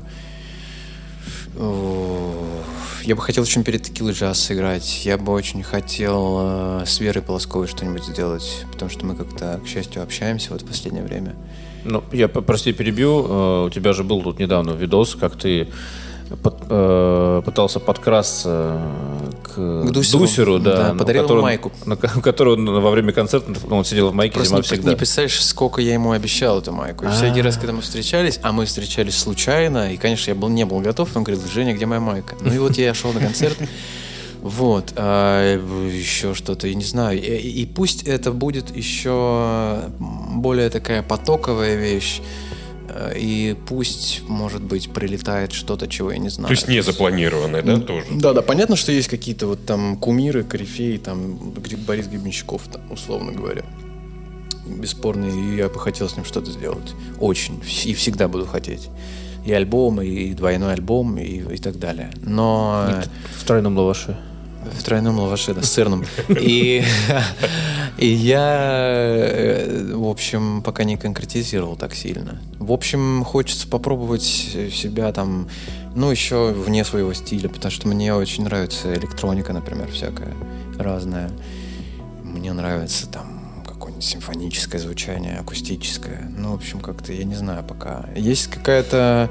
Speaker 3: Я бы хотел очень перед Текилой джаз сыграть. Я бы очень хотел э, с Верой Полосковой что-нибудь сделать, потому что мы как-то, к счастью, общаемся вот в последнее время.
Speaker 1: Ну, я, прости, перебью. У тебя же был тут недавно видос, как ты под, э, пытался подкрасться к, к Дусеру, Дусеру да,
Speaker 3: да, подарил ему майку.
Speaker 1: На которую он во время концерта, ну, он сидел в майке,
Speaker 3: просто
Speaker 1: зима
Speaker 3: не,
Speaker 1: всегда.
Speaker 3: Не представляешь, сколько я ему обещал эту майку. И А-а-а. всякий раз, когда мы встречались, а мы встречались случайно, и, конечно, я был, не был готов, он говорил: Женя, где моя майка? Ну и вот я шел на концерт. Вот, а еще что-то, я не знаю. И, и пусть это будет еще более такая потоковая вещь, и пусть, может быть, прилетает что-то, чего я не знаю.
Speaker 2: То есть не запланированное, да, тоже?
Speaker 3: Да, да, понятно, что есть какие-то вот там кумиры, корифеи, там Борис Гребенщиков, там, условно говоря. Бесспорно, и я бы хотел с ним что-то сделать. Очень. И всегда буду хотеть. И альбом, и двойной альбом, и, и так далее. Но...
Speaker 1: В тройном лаваше.
Speaker 3: В тройном лаваше, да, с сырным. И, и я, в общем, пока не конкретизировал так сильно. В общем, хочется попробовать себя там, ну, еще вне своего стиля, потому что мне очень нравится электроника, например, всякая разная. Мне нравится там какое-нибудь симфоническое звучание, акустическое. Ну, в общем, как-то, я не знаю пока. Есть какая-то...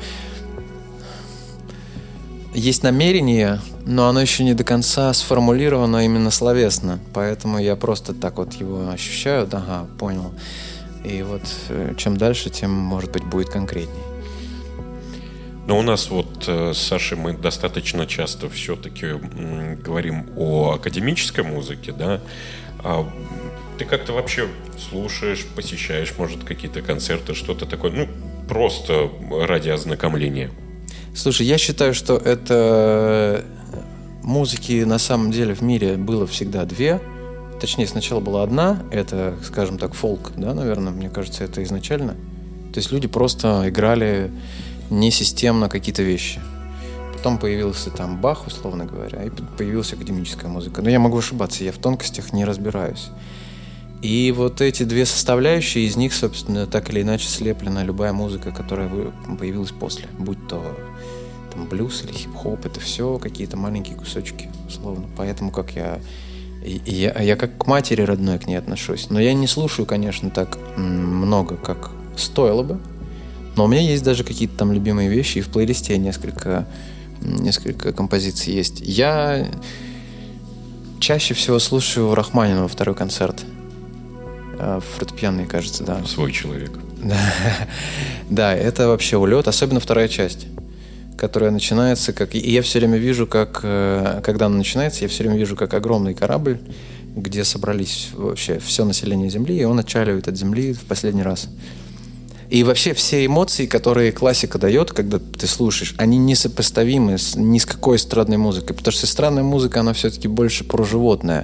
Speaker 3: Есть намерение, но оно еще не до конца сформулировано именно словесно. Поэтому я просто так вот его ощущаю. Ага, понял. И вот чем дальше, тем, может быть, будет конкретней.
Speaker 2: Но у нас вот с Сашей мы достаточно часто все-таки м, говорим о академической музыке, да? А ты как-то вообще слушаешь, посещаешь, может, какие-то концерты, что-то такое, ну, просто ради ознакомления?
Speaker 3: Слушай, я считаю, что это музыки на самом деле в мире было всегда две. Точнее, сначала была одна, это, скажем так, фолк, да, наверное, мне кажется, это изначально. То есть люди просто играли несистемно какие-то вещи. Потом появился там Бах, условно говоря, и появилась академическая музыка. Но я могу ошибаться, я в тонкостях не разбираюсь. И вот эти две составляющие, из них, собственно, так или иначе слеплена любая музыка, которая появилась после. Будь то там, блюз или хип-хоп, это все какие-то маленькие кусочки, условно. Поэтому как я, я, я как к матери родной к ней отношусь. Но я не слушаю, конечно, так много, как стоило бы. Но у меня есть даже какие-то там любимые вещи, и в плейлисте несколько, несколько композиций есть. Я чаще всего слушаю Рахманинова «Второй концерт». Фортепианный, кажется, да.
Speaker 2: Свой человек.
Speaker 3: Да, да, это вообще улет, особенно вторая часть, которая начинается как... И я все время вижу, как... Когда она начинается, я все время вижу, как огромный корабль, где собрались вообще все население Земли, и он отчаливает от Земли в последний раз. И вообще все эмоции, которые классика дает, когда ты слушаешь, они несопоставимы с ни с какой эстрадной музыкой, потому что эстрадная музыка, она все-таки больше про животное.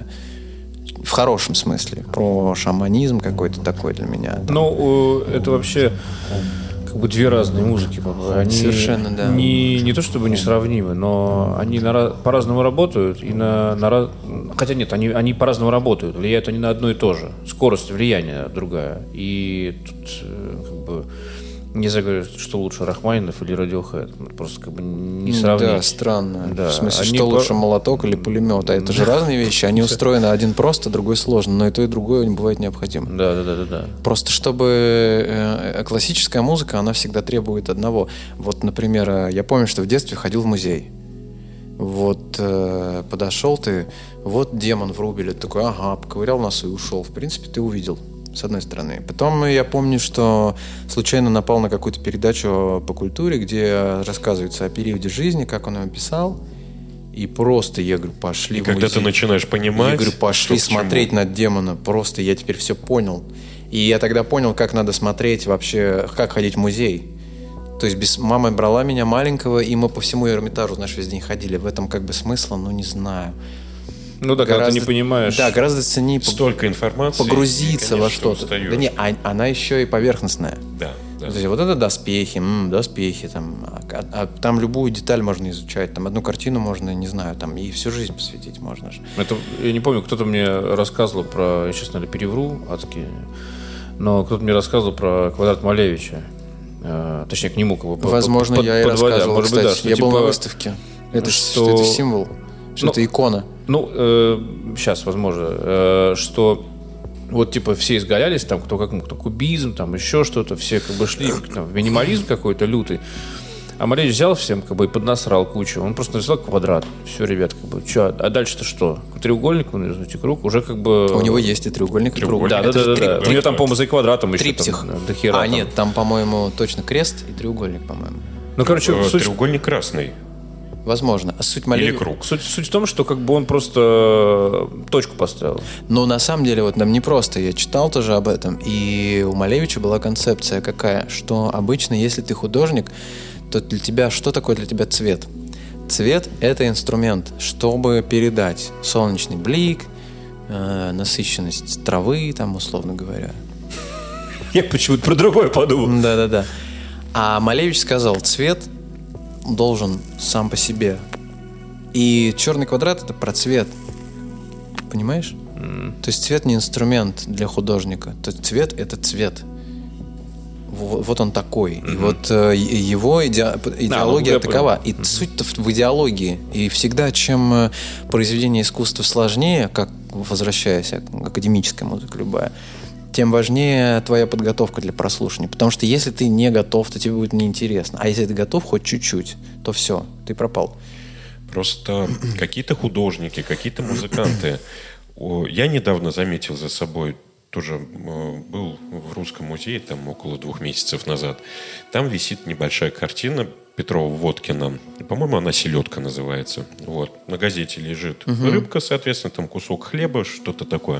Speaker 3: В хорошем смысле. Про шаманизм какой-то такой для меня.
Speaker 1: Ну, это вообще как бы две разные музыки. Они
Speaker 3: совершенно, да.
Speaker 1: Не, не то чтобы несравнимы, но они на, по-разному работают. И на, на, хотя нет, они, они по-разному работают. Влияют они на одно и то же. Скорость влияния другая. И тут как бы нельзя говорить, что лучше, Рахманинов или Radiohead. Просто как бы не сравнить.
Speaker 3: Да, странно.
Speaker 1: Да.
Speaker 3: В смысле,
Speaker 1: Они
Speaker 3: что
Speaker 1: по...
Speaker 3: лучше, молоток или пулемет? А это же разные вещи. Они устроены один просто, другой сложно. Но и то, и другое не бывает необходимо.
Speaker 1: Да, да, да, да, да.
Speaker 3: Просто чтобы э, классическая музыка, она всегда требует одного. Вот, например, я помню, что в детстве ходил в музей. Вот э, подошел ты, вот демон в рубеле. Ты такой, ага, поковырял носу и ушел. В принципе, ты увидел. С одной стороны. Потом я помню, что случайно напал на какую-то передачу по культуре, где рассказывается о периоде жизни, как он его писал. И просто, я говорю, пошли
Speaker 2: и
Speaker 3: в
Speaker 2: когда
Speaker 3: музей.
Speaker 2: ты начинаешь понимать...
Speaker 3: Я говорю, пошли смотреть
Speaker 2: чему.
Speaker 3: на демона. Просто я теперь все понял. И я тогда понял, как надо смотреть вообще, как ходить в музей. То есть без... мама брала меня маленького, и мы по всему Эрмитажу, знаешь, весь день ходили. В этом как бы смысла, ну, не знаю.
Speaker 1: Ну да, гораздо, когда ты не понимаешь.
Speaker 3: Да, гораздо ценнее
Speaker 2: столько информации.
Speaker 3: Погрузиться
Speaker 2: и, конечно,
Speaker 3: во что-то.
Speaker 2: устаешь.
Speaker 3: Да не, а, она еще и поверхностная.
Speaker 2: Да, да.
Speaker 3: То есть вот это доспехи, м, доспехи, там, а, а там любую деталь можно изучать, там одну картину можно, не знаю, там и всю жизнь посвятить можно же.
Speaker 1: Это, я не помню, кто-то мне рассказывал про, я сейчас, наверное, перевру адски, но кто-то мне рассказывал про Квадрат Малевича. Э, точнее, к нему как бы
Speaker 3: возможно,
Speaker 1: под,
Speaker 3: я и
Speaker 1: подводя.
Speaker 3: рассказывал,
Speaker 1: Может
Speaker 3: кстати.
Speaker 1: быть, да, что,
Speaker 3: я
Speaker 1: типа,
Speaker 3: был на выставке. Это что, что это символ, что
Speaker 1: ну,
Speaker 3: это икона.
Speaker 1: Ну, э, сейчас, возможно, э, что вот типа все изгалялись, там кто как мог, кто кубизм, там еще что-то, все как бы шли там, в минимализм какой-то лютый. А Малевич взял всем как бы и поднасрал кучу. Он просто нарисовал квадрат. Все, ребят, как бы, что, а дальше-то что? Треугольник, вы нарисуете круг, уже как бы...
Speaker 3: У него есть и треугольник, и круг.
Speaker 1: Да, да, да, да, да. У него там, по-моему, за квадратом еще
Speaker 3: трипсих.
Speaker 1: Там, до хера.
Speaker 3: А,
Speaker 1: там.
Speaker 3: нет, там, по-моему, точно крест и треугольник, по-моему.
Speaker 1: Ну, короче,
Speaker 2: э,
Speaker 1: суть...
Speaker 2: треугольник красный.
Speaker 3: Возможно. А суть Малевича...
Speaker 2: Или круг.
Speaker 1: Суть, суть в том, что как бы он просто точку поставил.
Speaker 3: Но на самом деле вот нам не просто. Я читал тоже об этом. И у Малевича была концепция какая, что обычно, если ты художник, то для тебя, что такое для тебя цвет? Цвет – это инструмент, чтобы передать солнечный блик, э, насыщенность травы, там, условно говоря.
Speaker 1: Я почему-то про другое подумал.
Speaker 3: Да-да-да. А Малевич сказал, цвет должен сам по себе. И черный квадрат – это про цвет. Понимаешь? Mm. То есть цвет не инструмент для художника. То есть цвет – это цвет. Вот он такой. Mm-hmm. И вот э, его иде... идеология а, ну, такова. И mm-hmm. суть-то в идеологии. И всегда, чем произведение искусства сложнее, как возвращаясь, академическая музыка любая, тем важнее твоя подготовка для прослушивания. Потому что если ты не готов, то тебе будет неинтересно. А если ты готов хоть чуть-чуть, то все, ты пропал.
Speaker 2: Просто какие-то художники, какие-то музыканты. Я недавно заметил за собой, тоже был в Русском музее, там около двух месяцев назад. Там висит небольшая картина Петрова-Водкина. По-моему, она «Селедка» называется. Вот. На газете лежит угу. рыбка, соответственно, там кусок хлеба, что-то такое.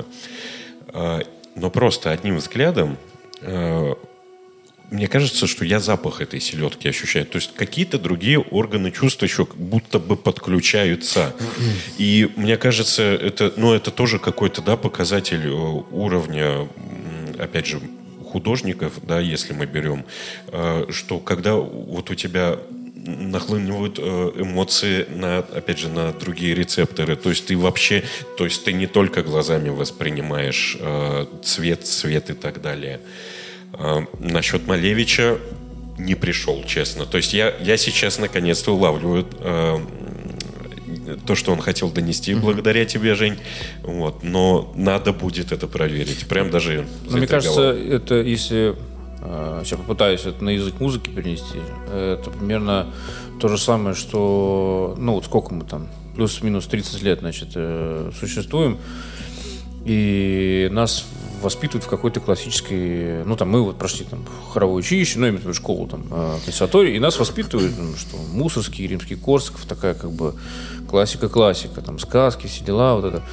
Speaker 2: Но просто одним взглядом э, мне кажется, что я запах этой селедки ощущаю. То есть какие-то другие органы чувств еще будто бы подключаются. И мне кажется, это, ну, это тоже какой-то, да, показатель уровня, опять же, художников, да, если мы берем, э, что когда вот у тебя нахлынивают эмоции на, опять же, на другие рецепторы. То есть ты вообще, то есть ты не только глазами воспринимаешь э, цвет, цвет и так далее. Э, насчет Малевича не пришел, честно. То есть я, я сейчас наконец-то улавливаю э, то, что он хотел донести, mm-hmm. благодаря тебе, Жень. Вот. Но надо будет это проверить. Прям даже
Speaker 1: Но мне кажется, это если... Сейчас попытаюсь это на язык музыки перенести. Это примерно то же самое, что... Ну, вот сколько мы там? Плюс-минус тридцать лет, значит, существуем. И нас воспитывают в какой-то классической... Ну, там, мы вот прошли там хоровое училище, ну, именно в виду школу, там, консерваторию, и нас воспитывают, ну, что Мусоргский, Римский-Корсаков, такая, как бы, классика-классика, там, сказки, все дела, вот это.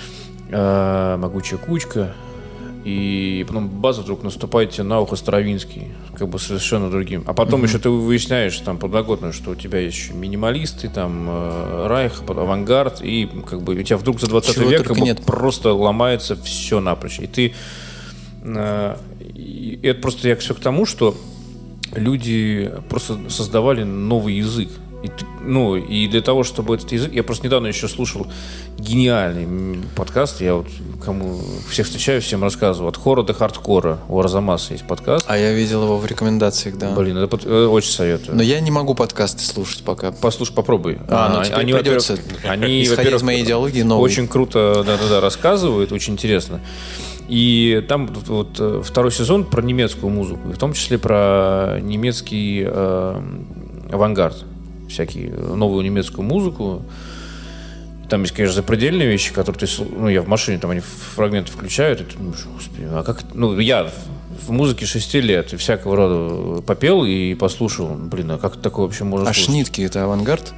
Speaker 1: А, «Могучая кучка». И потом база вдруг наступает тебе на ухо Стравинский, как бы совершенно другим. А потом mm-hmm. еще ты выясняешь там подноготную, что у тебя есть еще минималисты, там э, Райх, авангард, и как бы у тебя вдруг за двадцатый век как бы просто ломается все напрочь. И ты э, и это просто я все к тому, что люди просто создавали новый язык. И, ну, и для того, чтобы этот язык... Я просто недавно еще слушал гениальный подкаст. Я вот кому всех встречаю, всем рассказываю. От хора до хардкора. У Арзамаса есть подкаст.
Speaker 3: А я видел его в рекомендациях, да.
Speaker 1: Блин, это под... очень советую.
Speaker 3: Но я не могу подкасты слушать пока.
Speaker 1: Послушай, попробуй.
Speaker 3: А, ну теперь
Speaker 1: они,
Speaker 3: придется,
Speaker 1: они,
Speaker 3: исходя из моей идеологии, новый.
Speaker 1: Очень круто да-да-да, рассказывают, очень интересно. И там вот второй сезон про немецкую музыку, в том числе про немецкий э, авангард. Всякие новую немецкую музыку. Там есть, конечно, запредельные вещи, которые ты... Ну, я в машине, там они фрагменты включают, и ты думаешь, господи, а как... Ну, я в музыке шести лет и всякого рода попел и послушал. Блин, а как такое вообще можно
Speaker 3: а
Speaker 1: слушать?
Speaker 3: А Шнитке — это авангард?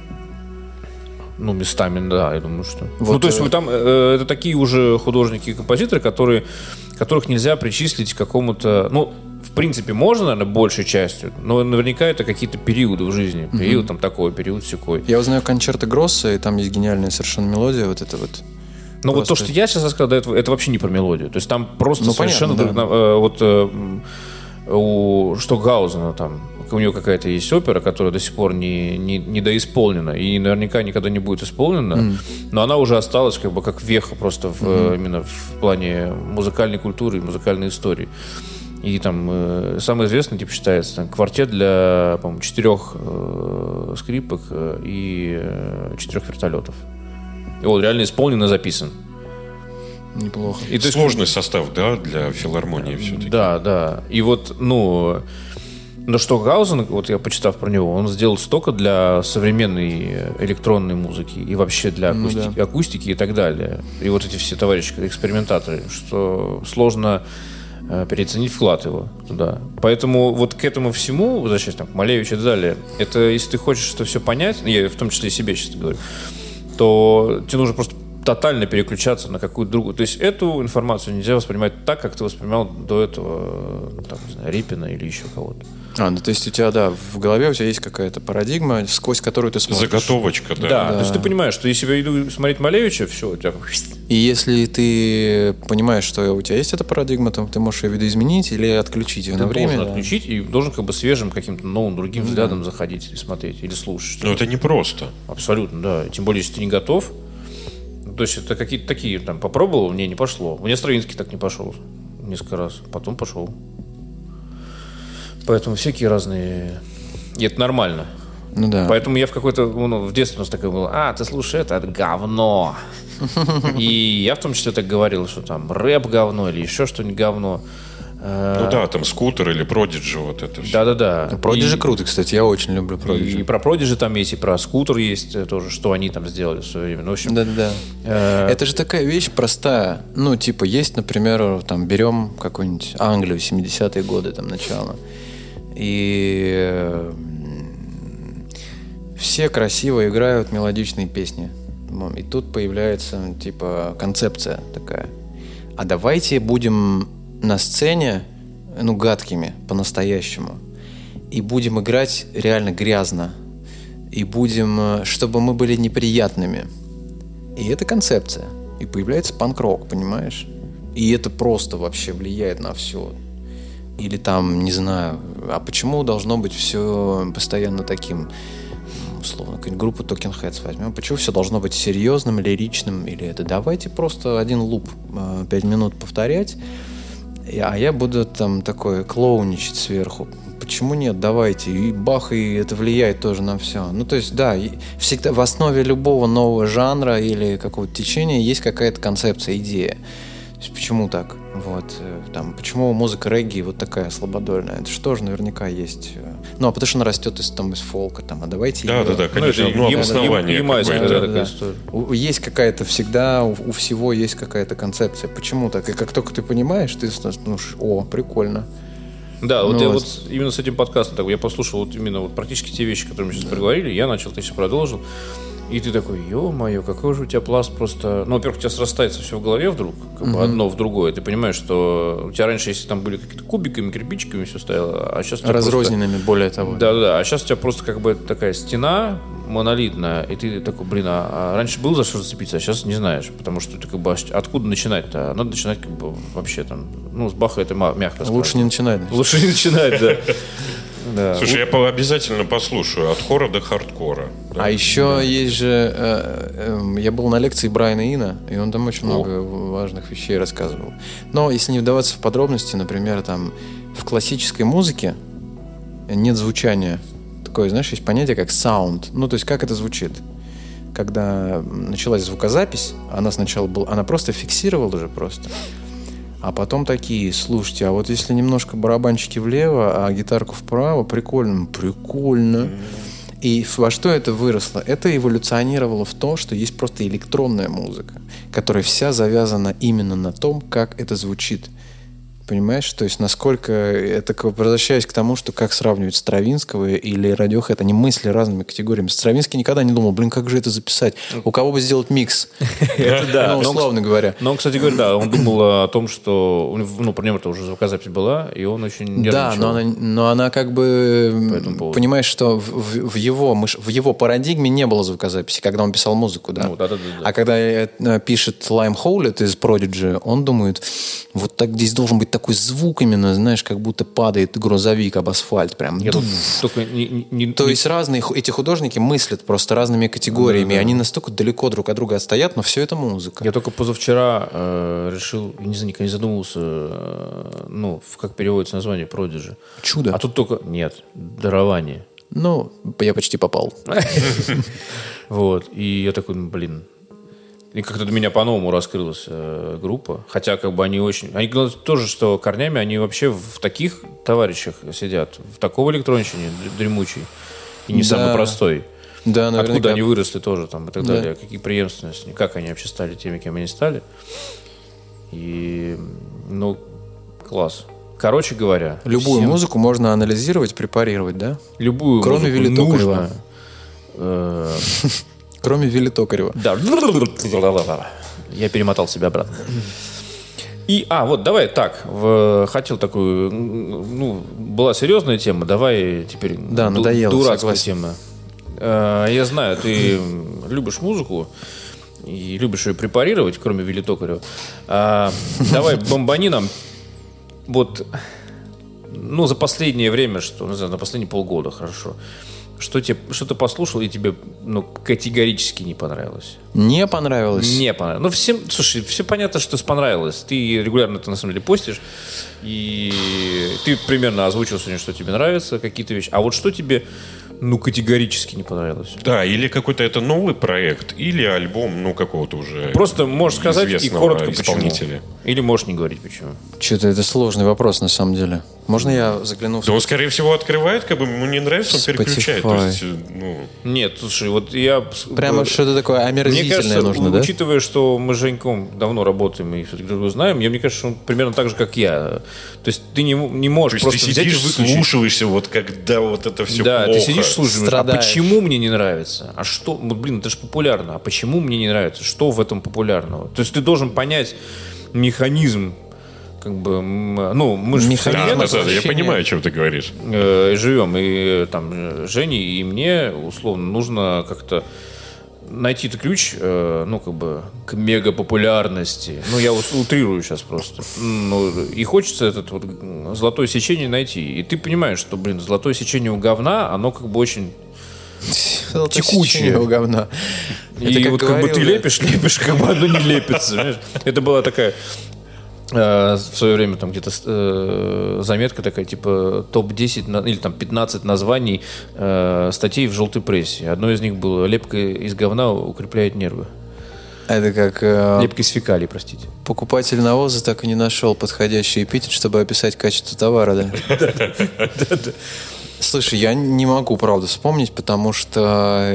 Speaker 1: Ну, местами, да, я думаю, что...
Speaker 3: Вот,
Speaker 1: ну, то есть
Speaker 3: э...
Speaker 1: там э, это такие уже художники и композиторы, которые, которых нельзя причислить к какому-то... Ну, в принципе, можно, наверное, большей частью, но наверняка это какие-то периоды в жизни. Период mm-hmm. там такой, период сякой.
Speaker 3: Я узнаю концерты Гросса, и там есть гениальная совершенно мелодия, вот это вот.
Speaker 1: Ну, просто... вот то, что я сейчас рассказал, это, это вообще не про мелодию. То есть там просто
Speaker 3: ну,
Speaker 1: совершенно...
Speaker 3: Понятно, да.
Speaker 1: э, вот э, у Штокгаузена там, у него какая-то есть опера, которая до сих пор не, не, не доисполнена и наверняка никогда не будет исполнена, mm. но она уже осталась как бы как веха просто в, mm-hmm. именно в плане музыкальной культуры и музыкальной истории. И там э, самый известный тип считается там, квартет для, по-моему, четырех э, скрипок и э, четырех вертолетов. И он реально исполнен и записан.
Speaker 3: Неплохо.
Speaker 2: И сложный есть, состав, да, для филармонии все-таки.
Speaker 1: Да, да. И вот, ну, но Штокгаузен, вот я почитав про него, он сделал столько для современной электронной музыки и вообще для акустики, ну, да. акустики и так далее. И вот эти все товарищи, экспериментаторы, что сложно переоценить вклад его туда. Поэтому вот к этому всему, возвращаясь там, к Малевичу и так далее, это если ты хочешь это все понять, я в том числе и себе сейчас говорю, то тебе нужно просто тотально переключаться на какую-то другую. То есть эту информацию нельзя воспринимать так, как ты воспринимал до этого, там, не знаю, Репина или еще кого-то.
Speaker 3: А, ну то есть у тебя, да, в голове у тебя есть какая-то парадигма, сквозь которую ты смотришь.
Speaker 2: Заготовочка, да.
Speaker 1: Да, да. То есть ты понимаешь, что если я иду смотреть Малевича, все, у тебя...
Speaker 3: И если ты понимаешь, что у тебя есть эта парадигма, то ты можешь ее видоизменить или отключить ее
Speaker 1: ты
Speaker 3: на время.
Speaker 1: Ты должен отключить и должен как бы свежим каким-то новым, другим взглядом да. заходить или смотреть, или слушать.
Speaker 2: Но это непросто.
Speaker 1: Абсолютно, да. Тем более, если ты не готов. То есть это какие-то такие, там, попробовал, мне не пошло. Мне Стравинский так не пошел несколько раз. Потом пошел. Поэтому всякие разные... И это нормально.
Speaker 3: Ну да.
Speaker 1: Поэтому я в какой-то... Ну, в детстве у нас такое было. А, ты слушай, это, это говно. И я в том числе так говорил, что там рэп говно или еще что-нибудь говно.
Speaker 2: Ну да, там Скутер или Продиджи, вот это все.
Speaker 1: Да-да-да.
Speaker 3: Продиджи круто, кстати, я очень люблю Продиджи.
Speaker 1: И про Продиджи там есть, и про Скутер есть тоже, что они там сделали в свое время. Ну, в общем,
Speaker 3: да-да-да. Э... Это же такая вещь простая. Ну, типа, есть, например, там, берем какую-нибудь Англию, семидесятые годы, там, начало. И все красиво играют мелодичные песни. И тут появляется, типа, концепция такая. А давайте будем... на сцене, ну, гадкими, по-настоящему. И будем играть реально грязно. И будем, чтобы мы были неприятными. И это концепция. И появляется панк-рок, понимаешь? И это просто вообще влияет на все. Или там, не знаю, а почему должно быть все постоянно таким, условно, какую-нибудь группу Talking Heads возьмем, почему все должно быть серьезным, лиричным, или это давайте просто один луп пять минут повторять, а я буду там такой клоуничать сверху. Почему нет? Давайте. И бах, и это влияет тоже на все. Ну, то есть, да, всегда в основе любого нового жанра или какого-то течения есть какая-то концепция, идея. То есть, почему так? Вот, там, почему музыка регги вот такая слабодольная? Это что же наверняка есть. Ну, а потому что она растет из, там, из фолка. Там, а давайте
Speaker 2: да,
Speaker 3: ее...
Speaker 2: да, да, конечно.
Speaker 1: Ну,
Speaker 2: ну, обоснование.
Speaker 1: Ямайская, да,
Speaker 3: да,
Speaker 1: такая
Speaker 3: да.
Speaker 1: история.
Speaker 3: Есть какая-то всегда, у, у всего есть какая-то концепция. Почему так? И как только ты понимаешь, ты ну, о, прикольно.
Speaker 1: Да, вот
Speaker 3: ну,
Speaker 1: я
Speaker 3: вот.
Speaker 1: вот именно с этим подкастом, так, я послушал вот именно вот практически те вещи, которые мы сейчас проговорили, я начал, ты сейчас продолжил, и ты такой, ё-моё, какой же у тебя пласт просто... Ну, во-первых, у тебя срастается все в голове вдруг, как бы
Speaker 3: Мгм.
Speaker 1: одно в другое, ты понимаешь, что у тебя раньше, если там были какие-то кубиками, кирпичиками все стояло, а сейчас у тебя
Speaker 3: Разрозненными, более того.
Speaker 1: просто... Да-да-да, а сейчас у тебя просто как бы такая стена монолитная, и ты такой, блин, а, а раньше был за что зацепиться, а сейчас не знаешь, потому что ты как бы откуда начинать-то? Надо начинать как бы вообще там, ну, с Баха это мягко сказать.
Speaker 3: Лучше не начинать.
Speaker 1: Лучше не начинать, да. Да.
Speaker 2: Слушай, я по- обязательно послушаю от хора до хардкора. Да.
Speaker 3: А еще есть же... э, э, я был на лекции Брайана Ина, и он там очень
Speaker 2: О.
Speaker 3: много важных вещей рассказывал. Но если не вдаваться в подробности, например, там в классической музыке нет звучания. Такое, знаешь, есть понятие как sound. Ну, то есть как это звучит. Когда началась звукозапись, она сначала была... Она просто фиксировала же просто. А потом такие, слушайте, а вот если немножко барабанчики влево, а гитарку вправо, прикольно. Прикольно. И во что это выросло? Это эволюционировало в то, что есть просто электронная музыка, которая вся завязана именно на том, как это звучит. Понимаешь? То есть насколько это, возвращаясь к тому, что как сравнивать Стравинского или Radiohead, они мысли разными категориями. Стравинский никогда не думал, блин, как же это записать? У кого бы сделать микс?
Speaker 1: Это да.
Speaker 3: Ну,
Speaker 1: Но он,
Speaker 3: условно говоря.
Speaker 1: Но он, кстати говоря, да, он думал о том, что... у него- Ну, про него это уже звукозапись была, и он очень нервничал.
Speaker 3: Да, но она, но она как бы...
Speaker 1: По этому поводу.
Speaker 3: Понимаешь, что в, в- в его, мыш- в его парадигме не было звукозаписи, когда он писал музыку, да?
Speaker 1: Ну, да-да-да, да.
Speaker 3: А когда э, пишет Lime Howlett из Prodigy, он думает, вот так здесь должен быть такой звук именно, знаешь, как будто падает грузовик об асфальт. Прям.
Speaker 1: Я тут только не, не- не-
Speaker 3: То
Speaker 1: не-
Speaker 3: есть разные ху- эти художники мыслят просто разными категориями. И они настолько далеко друг от друга отстоят, но все это музыка.
Speaker 1: Я только позавчера э, решил, не знаю, никогда не задумывался, э, ну, в- как переводится название Prodigy.
Speaker 3: Чудо.
Speaker 1: А тут только... Нет, дарование.
Speaker 3: Ну, я почти попал.
Speaker 1: Вот. И я такой, ну, блин. И как-то для меня по-новому раскрылась э, группа. Хотя, как бы, они очень... Они говорят тоже, что корнями они вообще в таких товарищах сидят. В такого электронщине дремучей. И не
Speaker 3: Да.
Speaker 1: самый простой.
Speaker 3: Да, наверняка.
Speaker 1: Откуда они выросли тоже там и так
Speaker 3: Да.
Speaker 1: далее. Какие преемственности. Как они вообще стали теми, кем они стали. И, ну, класс. Короче говоря...
Speaker 3: Любую
Speaker 1: всем-
Speaker 3: музыку можно анализировать, препарировать, да?
Speaker 1: Любую
Speaker 3: Кроме
Speaker 1: музыку
Speaker 3: Вилли Токарева.
Speaker 1: нужно... э,
Speaker 3: Кроме Вилли Токарева.
Speaker 1: Да. Я перемотал себя обратно. И, а, вот, давай так. В, хотел такую, ну, была серьезная тема, давай теперь
Speaker 3: Да,
Speaker 1: ду-
Speaker 3: надоело,
Speaker 1: дурацкая
Speaker 3: согласен.
Speaker 1: тема. Э, я знаю, ты любишь музыку и любишь ее препарировать, кроме Вилли Токарева. А, давай бомбани нам вот, ну, за последнее время, что, не знаю, на последние полгода, хорошо. Что, тебе, что ты послушал и тебе, ну, категорически не понравилось?
Speaker 3: Не понравилось?
Speaker 1: Не понравилось. Ну, всем, слушай, все понятно, что понравилось. Ты регулярно это на самом деле постишь. И ты примерно озвучил сегодня, что тебе нравится, какие-то вещи. А вот что тебе, ну, категорически не понравилось?
Speaker 2: Да, или какой-то это новый проект, или альбом, ну, какого-то уже
Speaker 1: Просто можешь сказать и
Speaker 2: известного
Speaker 1: коротко
Speaker 2: исполнителя.
Speaker 1: почему. Или можешь не говорить почему.
Speaker 3: Что-то это сложный вопрос, на самом деле. Можно я загляну в
Speaker 2: Да он, скорее всего, открывает, как бы ему не нравится, он
Speaker 3: Spotify.
Speaker 2: переключает. То есть, ну,
Speaker 1: Нет, слушай, вот я...
Speaker 3: Прямо что-то такое
Speaker 1: Мне
Speaker 3: омерзительное
Speaker 1: кажется,
Speaker 3: нужно, да?
Speaker 1: учитывая, что мы с Женьком давно работаем и все-таки друг друга знаем, я, мне кажется, что он примерно так же, как я. То есть ты не, не
Speaker 2: то
Speaker 1: можешь
Speaker 2: есть ты
Speaker 1: просто взять и
Speaker 2: сидишь,
Speaker 1: выключить.
Speaker 2: слушаешься, вот когда вот это все
Speaker 1: Да,
Speaker 2: плохо.
Speaker 1: ты сидишь, слушаешь, а
Speaker 3: страдаешь.
Speaker 1: почему мне не нравится? А что, вот, блин, это же популярно. А почему мне не нравится? Что в этом популярного? То есть ты должен понять механизм, как бы, м, ну, мы же
Speaker 3: Механизм.
Speaker 2: Да,
Speaker 1: современно
Speaker 2: да, да, я
Speaker 3: ощущение.
Speaker 2: понимаю, о чем ты говоришь.
Speaker 1: э, живем, и э, там э, Жене и мне, условно, нужно как-то найти этот ключ, э, ну, как бы, к мегапопулярности. Ну, я утрирую сейчас просто. Ну, и хочется этот вот золотое сечение найти. И ты понимаешь, что, блин, золотое сечение у говна, оно как бы очень текучее.
Speaker 3: У говна.
Speaker 1: И Это вот как бы ты лепишь, лепишь, как бы оно не лепится. Понимаешь? Это была такая... в свое время там где-то э, заметка такая, типа топ десять на, или там пятнадцать названий э, статей в желтой прессе. Одно из них было «Лепка из говна укрепляет нервы».
Speaker 3: Это как... Э,
Speaker 1: Лепка из фекалий, простите.
Speaker 3: Покупатель навоза так и не нашел подходящий эпитет, чтобы описать качество товара, да? Слушай, я не могу, правда, вспомнить, потому что...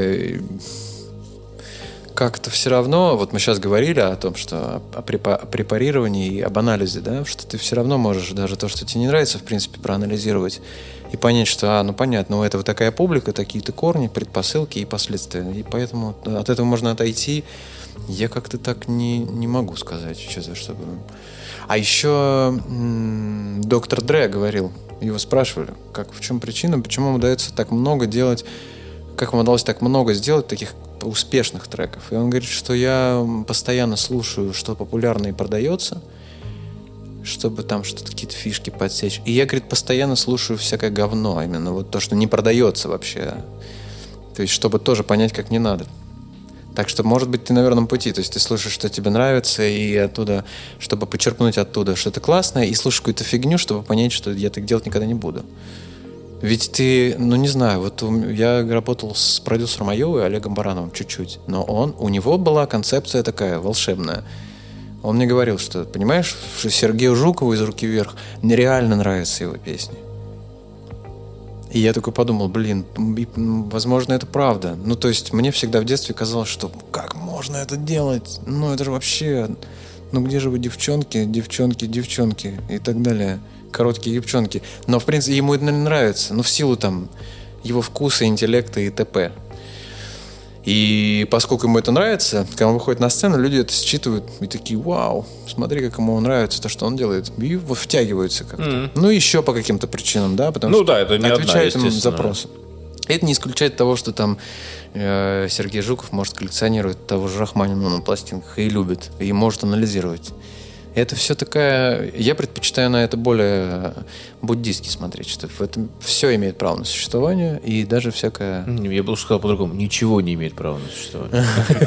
Speaker 3: как-то все равно, вот мы сейчас говорили о том, что о, препа- о препарировании и об анализе, да, что ты все равно можешь даже то, что тебе не нравится, в принципе, проанализировать и понять, что, а, ну понятно, у этого такая публика, такие-то корни, предпосылки и последствия. И поэтому от этого можно отойти. Я как-то так не, не могу сказать, честно, чтобы... А еще м- доктор Дре говорил, его спрашивали, как, в чем причина, почему ему удается так много делать, как ему удалось так много сделать таких успешных треков. И он говорит, что я постоянно слушаю, что популярно и продается, чтобы там что-то, какие-то фишки подсечь. И я, говорит, постоянно слушаю всякое говно, именно вот то, что не продается вообще. То есть, чтобы тоже понять, как не надо. Так что, может быть, ты на верном пути. То есть, ты слушаешь, что тебе нравится, и оттуда, чтобы почерпнуть оттуда что-то классное, и слушаешь какую-то фигню, чтобы понять, что я так делать никогда не буду. Ведь ты, ну не знаю, вот я работал с продюсером Айовы Олегом Барановым чуть-чуть, но он, у него была концепция такая волшебная. Он мне говорил, что, понимаешь, что Сергею Жукову из «Руки вверх» нереально нравятся его песни. И я такой подумал, блин, возможно, это правда. Ну, то есть, мне всегда в детстве казалось, что как можно это делать? Ну, это же вообще... Ну, где же вы, девчонки, девчонки, девчонки и так далее. Короткие юбчонки. Но, в принципе, ему это нравится. Ну, в силу там его вкуса, интеллекта и т.п. И поскольку ему это нравится, когда он выходит на сцену, люди это считывают и такие, вау, смотри, как ему нравится то, что он делает. И вот втягиваются как-то. Mm-hmm. Ну, еще по каким-то причинам, да, потому
Speaker 1: ну,
Speaker 3: что
Speaker 1: да, это не
Speaker 3: отвечает
Speaker 1: одна,
Speaker 3: им запросы. Это не исключает того, что там э, Сергей Жуков может коллекционировать того же Рахманинова на пластинках и любит, и может анализировать. Это все такая... Я предпочитаю на это более буддистски смотреть, что в этом все имеет право на существование, и даже всякое...
Speaker 1: Я бы лучше сказал по-другому. Ничего не имеет права на существование.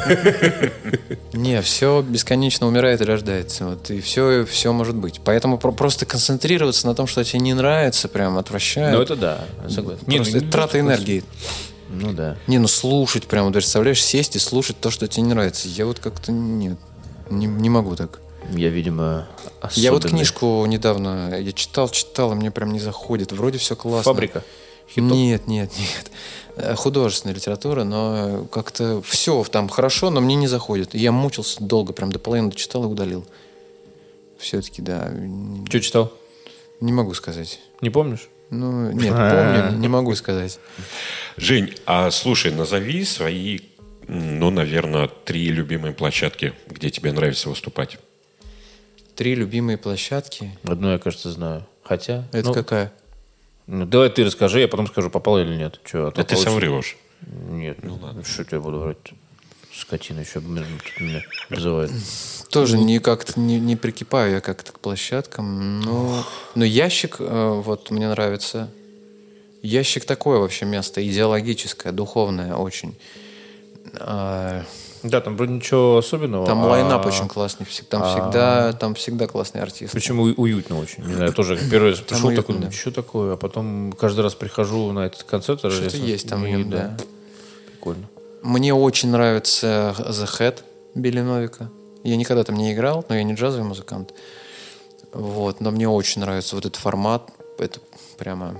Speaker 3: Не, все бесконечно умирает и рождается. Вот, и все, все может быть. Поэтому просто концентрироваться на том, что тебе не нравится, прям отвращает.
Speaker 1: Ну, это да, согласен.
Speaker 3: Просто это трата энергии.
Speaker 1: Ну да.
Speaker 3: Не, ну слушать прямо, представляешь, сесть и слушать то, что тебе не нравится. Я вот как-то нет, не, не могу так.
Speaker 1: Я, видимо, особенный.
Speaker 3: Я вот книжку недавно, я читал, читал, и мне прям не заходит. Вроде все классно.
Speaker 1: «Фабрика» хитов?
Speaker 3: Нет, нет, нет. Художественная литература, но как-то все там хорошо, но мне не заходит. Я мучился долго, прям до половины дочитал и удалил. Все-таки, да.
Speaker 1: Что читал?
Speaker 3: Не могу сказать.
Speaker 1: Не помнишь?
Speaker 3: Ну, нет, помню, не могу сказать.
Speaker 2: Жень, а слушай, назови свои, ну, наверное, три любимые площадки, где тебе нравится выступать.
Speaker 3: Три любимые площадки.
Speaker 1: Одну я, кажется, знаю. Хотя...
Speaker 3: Это
Speaker 1: ну,
Speaker 3: какая?
Speaker 1: Ну, давай ты расскажи, я потом скажу, попал или нет. Че, а
Speaker 2: да ты соврешь.
Speaker 1: Нет, ну ладно. Что я буду врать? Скотина еще меня называет.
Speaker 3: Тоже не как-то не, не прикипаю я как-то к площадкам. Но, но ящик, э, вот мне нравится. Ящик такое вообще место, идеологическое, духовное очень. А,
Speaker 1: да, там вроде ничего особенного.
Speaker 3: Там
Speaker 1: а...
Speaker 3: лайнап очень классный. Там, а... всегда, там всегда классные артисты.
Speaker 1: Причем уютно очень. Не знаю, тоже первый раз пришел уютно, такой, да. Что такое? А потом каждый раз прихожу на этот концерт.
Speaker 3: Что-то есть там.
Speaker 1: И,
Speaker 3: нем,
Speaker 1: да.
Speaker 3: да.
Speaker 1: Прикольно.
Speaker 3: Мне очень нравится The Head Билли Новика. Я никогда там не играл, но я не джазовый музыкант. Вот, но мне очень нравится вот этот формат. Это прямо...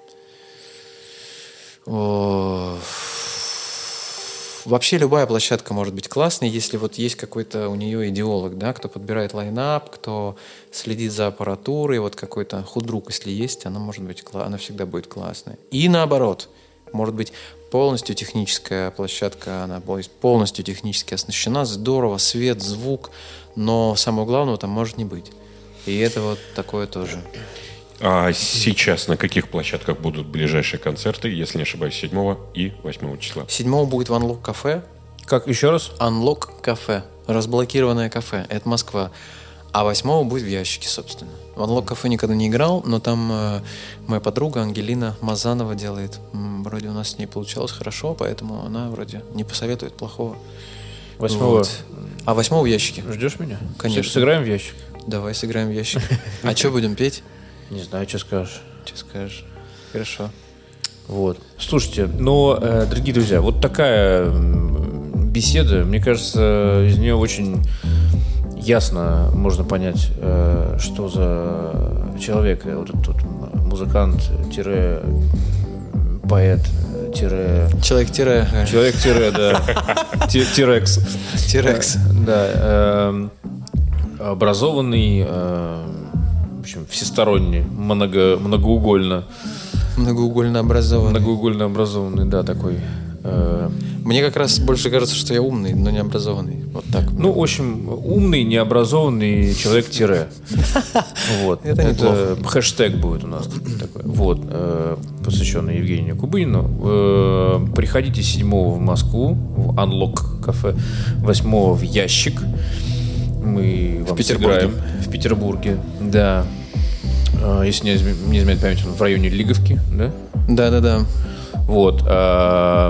Speaker 3: О... Вообще любая площадка может быть классной, если вот есть какой-то у нее идеолог, да, кто подбирает лайнап, кто следит за аппаратурой, вот какой-то худрук, если есть, она может быть, она всегда будет классной. И наоборот, может быть полностью техническая площадка, она полностью технически оснащена, здорово, свет, звук, но самого главного там может не быть. И это вот такое тоже.
Speaker 2: А сейчас на каких площадках будут ближайшие концерты, если не ошибаюсь, седьмого и восьмого числа?
Speaker 3: седьмого будет One Look Cafe.
Speaker 1: Как, еще раз?
Speaker 3: Unlock кафе. Разблокированное кафе. Это Москва. А восьмого будет в Ящике, собственно. В Unlock кафе никогда не играл, но там э, моя подруга Ангелина Мазанова делает. М, вроде у нас с ней получалось хорошо, поэтому она вроде не посоветует плохого.
Speaker 1: Восьмого.
Speaker 3: Вот. А восьмого в Ящике.
Speaker 1: Ждешь меня?
Speaker 3: Конечно.
Speaker 1: С- Сыграем в ящик?
Speaker 3: Давай сыграем в Ящик. А что будем петь?
Speaker 1: Не знаю, что скажешь.
Speaker 3: Что скажешь? Хорошо.
Speaker 1: Вот. Слушайте, но, э, дорогие друзья, вот такая м, беседа, мне кажется, из нее очень ясно можно понять, э, что за человек, э, вот этот вот музыкант, тире, поэт, тире...
Speaker 3: Человек-тире.
Speaker 1: Человек-тире, да. Ти- Тирекс.
Speaker 3: Тирекс.
Speaker 1: Э, Да. э, Образованный, э, в общем, всесторонний, много, многоугольно.
Speaker 3: Многоугольно образованный.
Speaker 1: Многоугольно образованный, да, такой. э,
Speaker 3: Мне как раз больше кажется, что я умный, но не образованный. Вот так.
Speaker 1: Ну, в общем, умный, необразованный человек-тире. Вот.
Speaker 3: Это неплохо.
Speaker 1: Хэштег будет у нас такой. Вот. э, Посвященный Евгению Кубынину. Э, Приходите седьмого в Москву, в Unlock кафе, восьмого в Ящик. Мы вам
Speaker 3: Петербурге.
Speaker 1: сыграем. В Петербурге, да. Э, Если не изме- не изменяет память, в районе Лиговки, да?
Speaker 3: Да-да-да.
Speaker 1: Вот. а,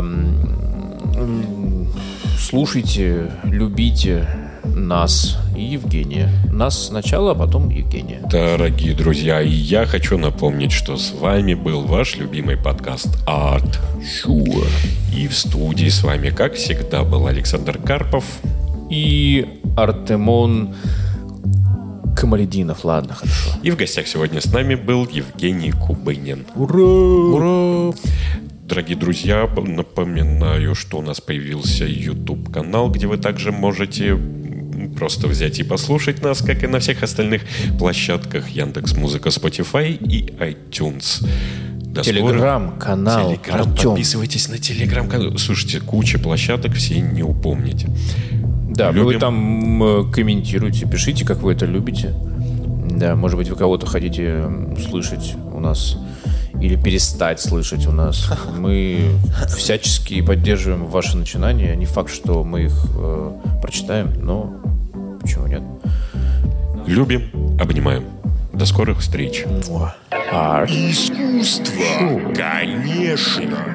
Speaker 1: м, Слушайте, любите нас и Евгения. Нас сначала, а потом Евгения.
Speaker 2: Дорогие друзья, и я хочу напомнить, что с вами был ваш любимый подкаст Art Sure. И в студии с вами, как всегда, был Александр Карпов.
Speaker 1: И Артемон Камалединов. Ладно, хорошо.
Speaker 2: И в гостях сегодня с нами был Евгений Кубынин.
Speaker 3: Ура!
Speaker 2: Дорогие друзья, напоминаю, что у нас появился YouTube-канал, где вы также можете просто взять и послушать нас, как и на всех остальных площадках Яндекс.Музыка, Spotify и iTunes. До
Speaker 1: Телеграм-канал
Speaker 2: скорых- Телеграм.
Speaker 1: Артем.
Speaker 2: Подписывайтесь на Телеграм-канал. Слушайте, куча площадок, все не упомните.
Speaker 1: Да,
Speaker 2: Любим.
Speaker 1: вы там э, комментируйте, пишите, как вы это любите. Да, может быть, вы кого-то хотите м, слышать у нас или перестать слышать у нас. Мы всячески поддерживаем ваши начинания. Не факт, что мы их э, прочитаем, но почему нет?
Speaker 2: Любим, обнимаем. До скорых встреч.
Speaker 1: Арт.
Speaker 2: Искусство, конечно.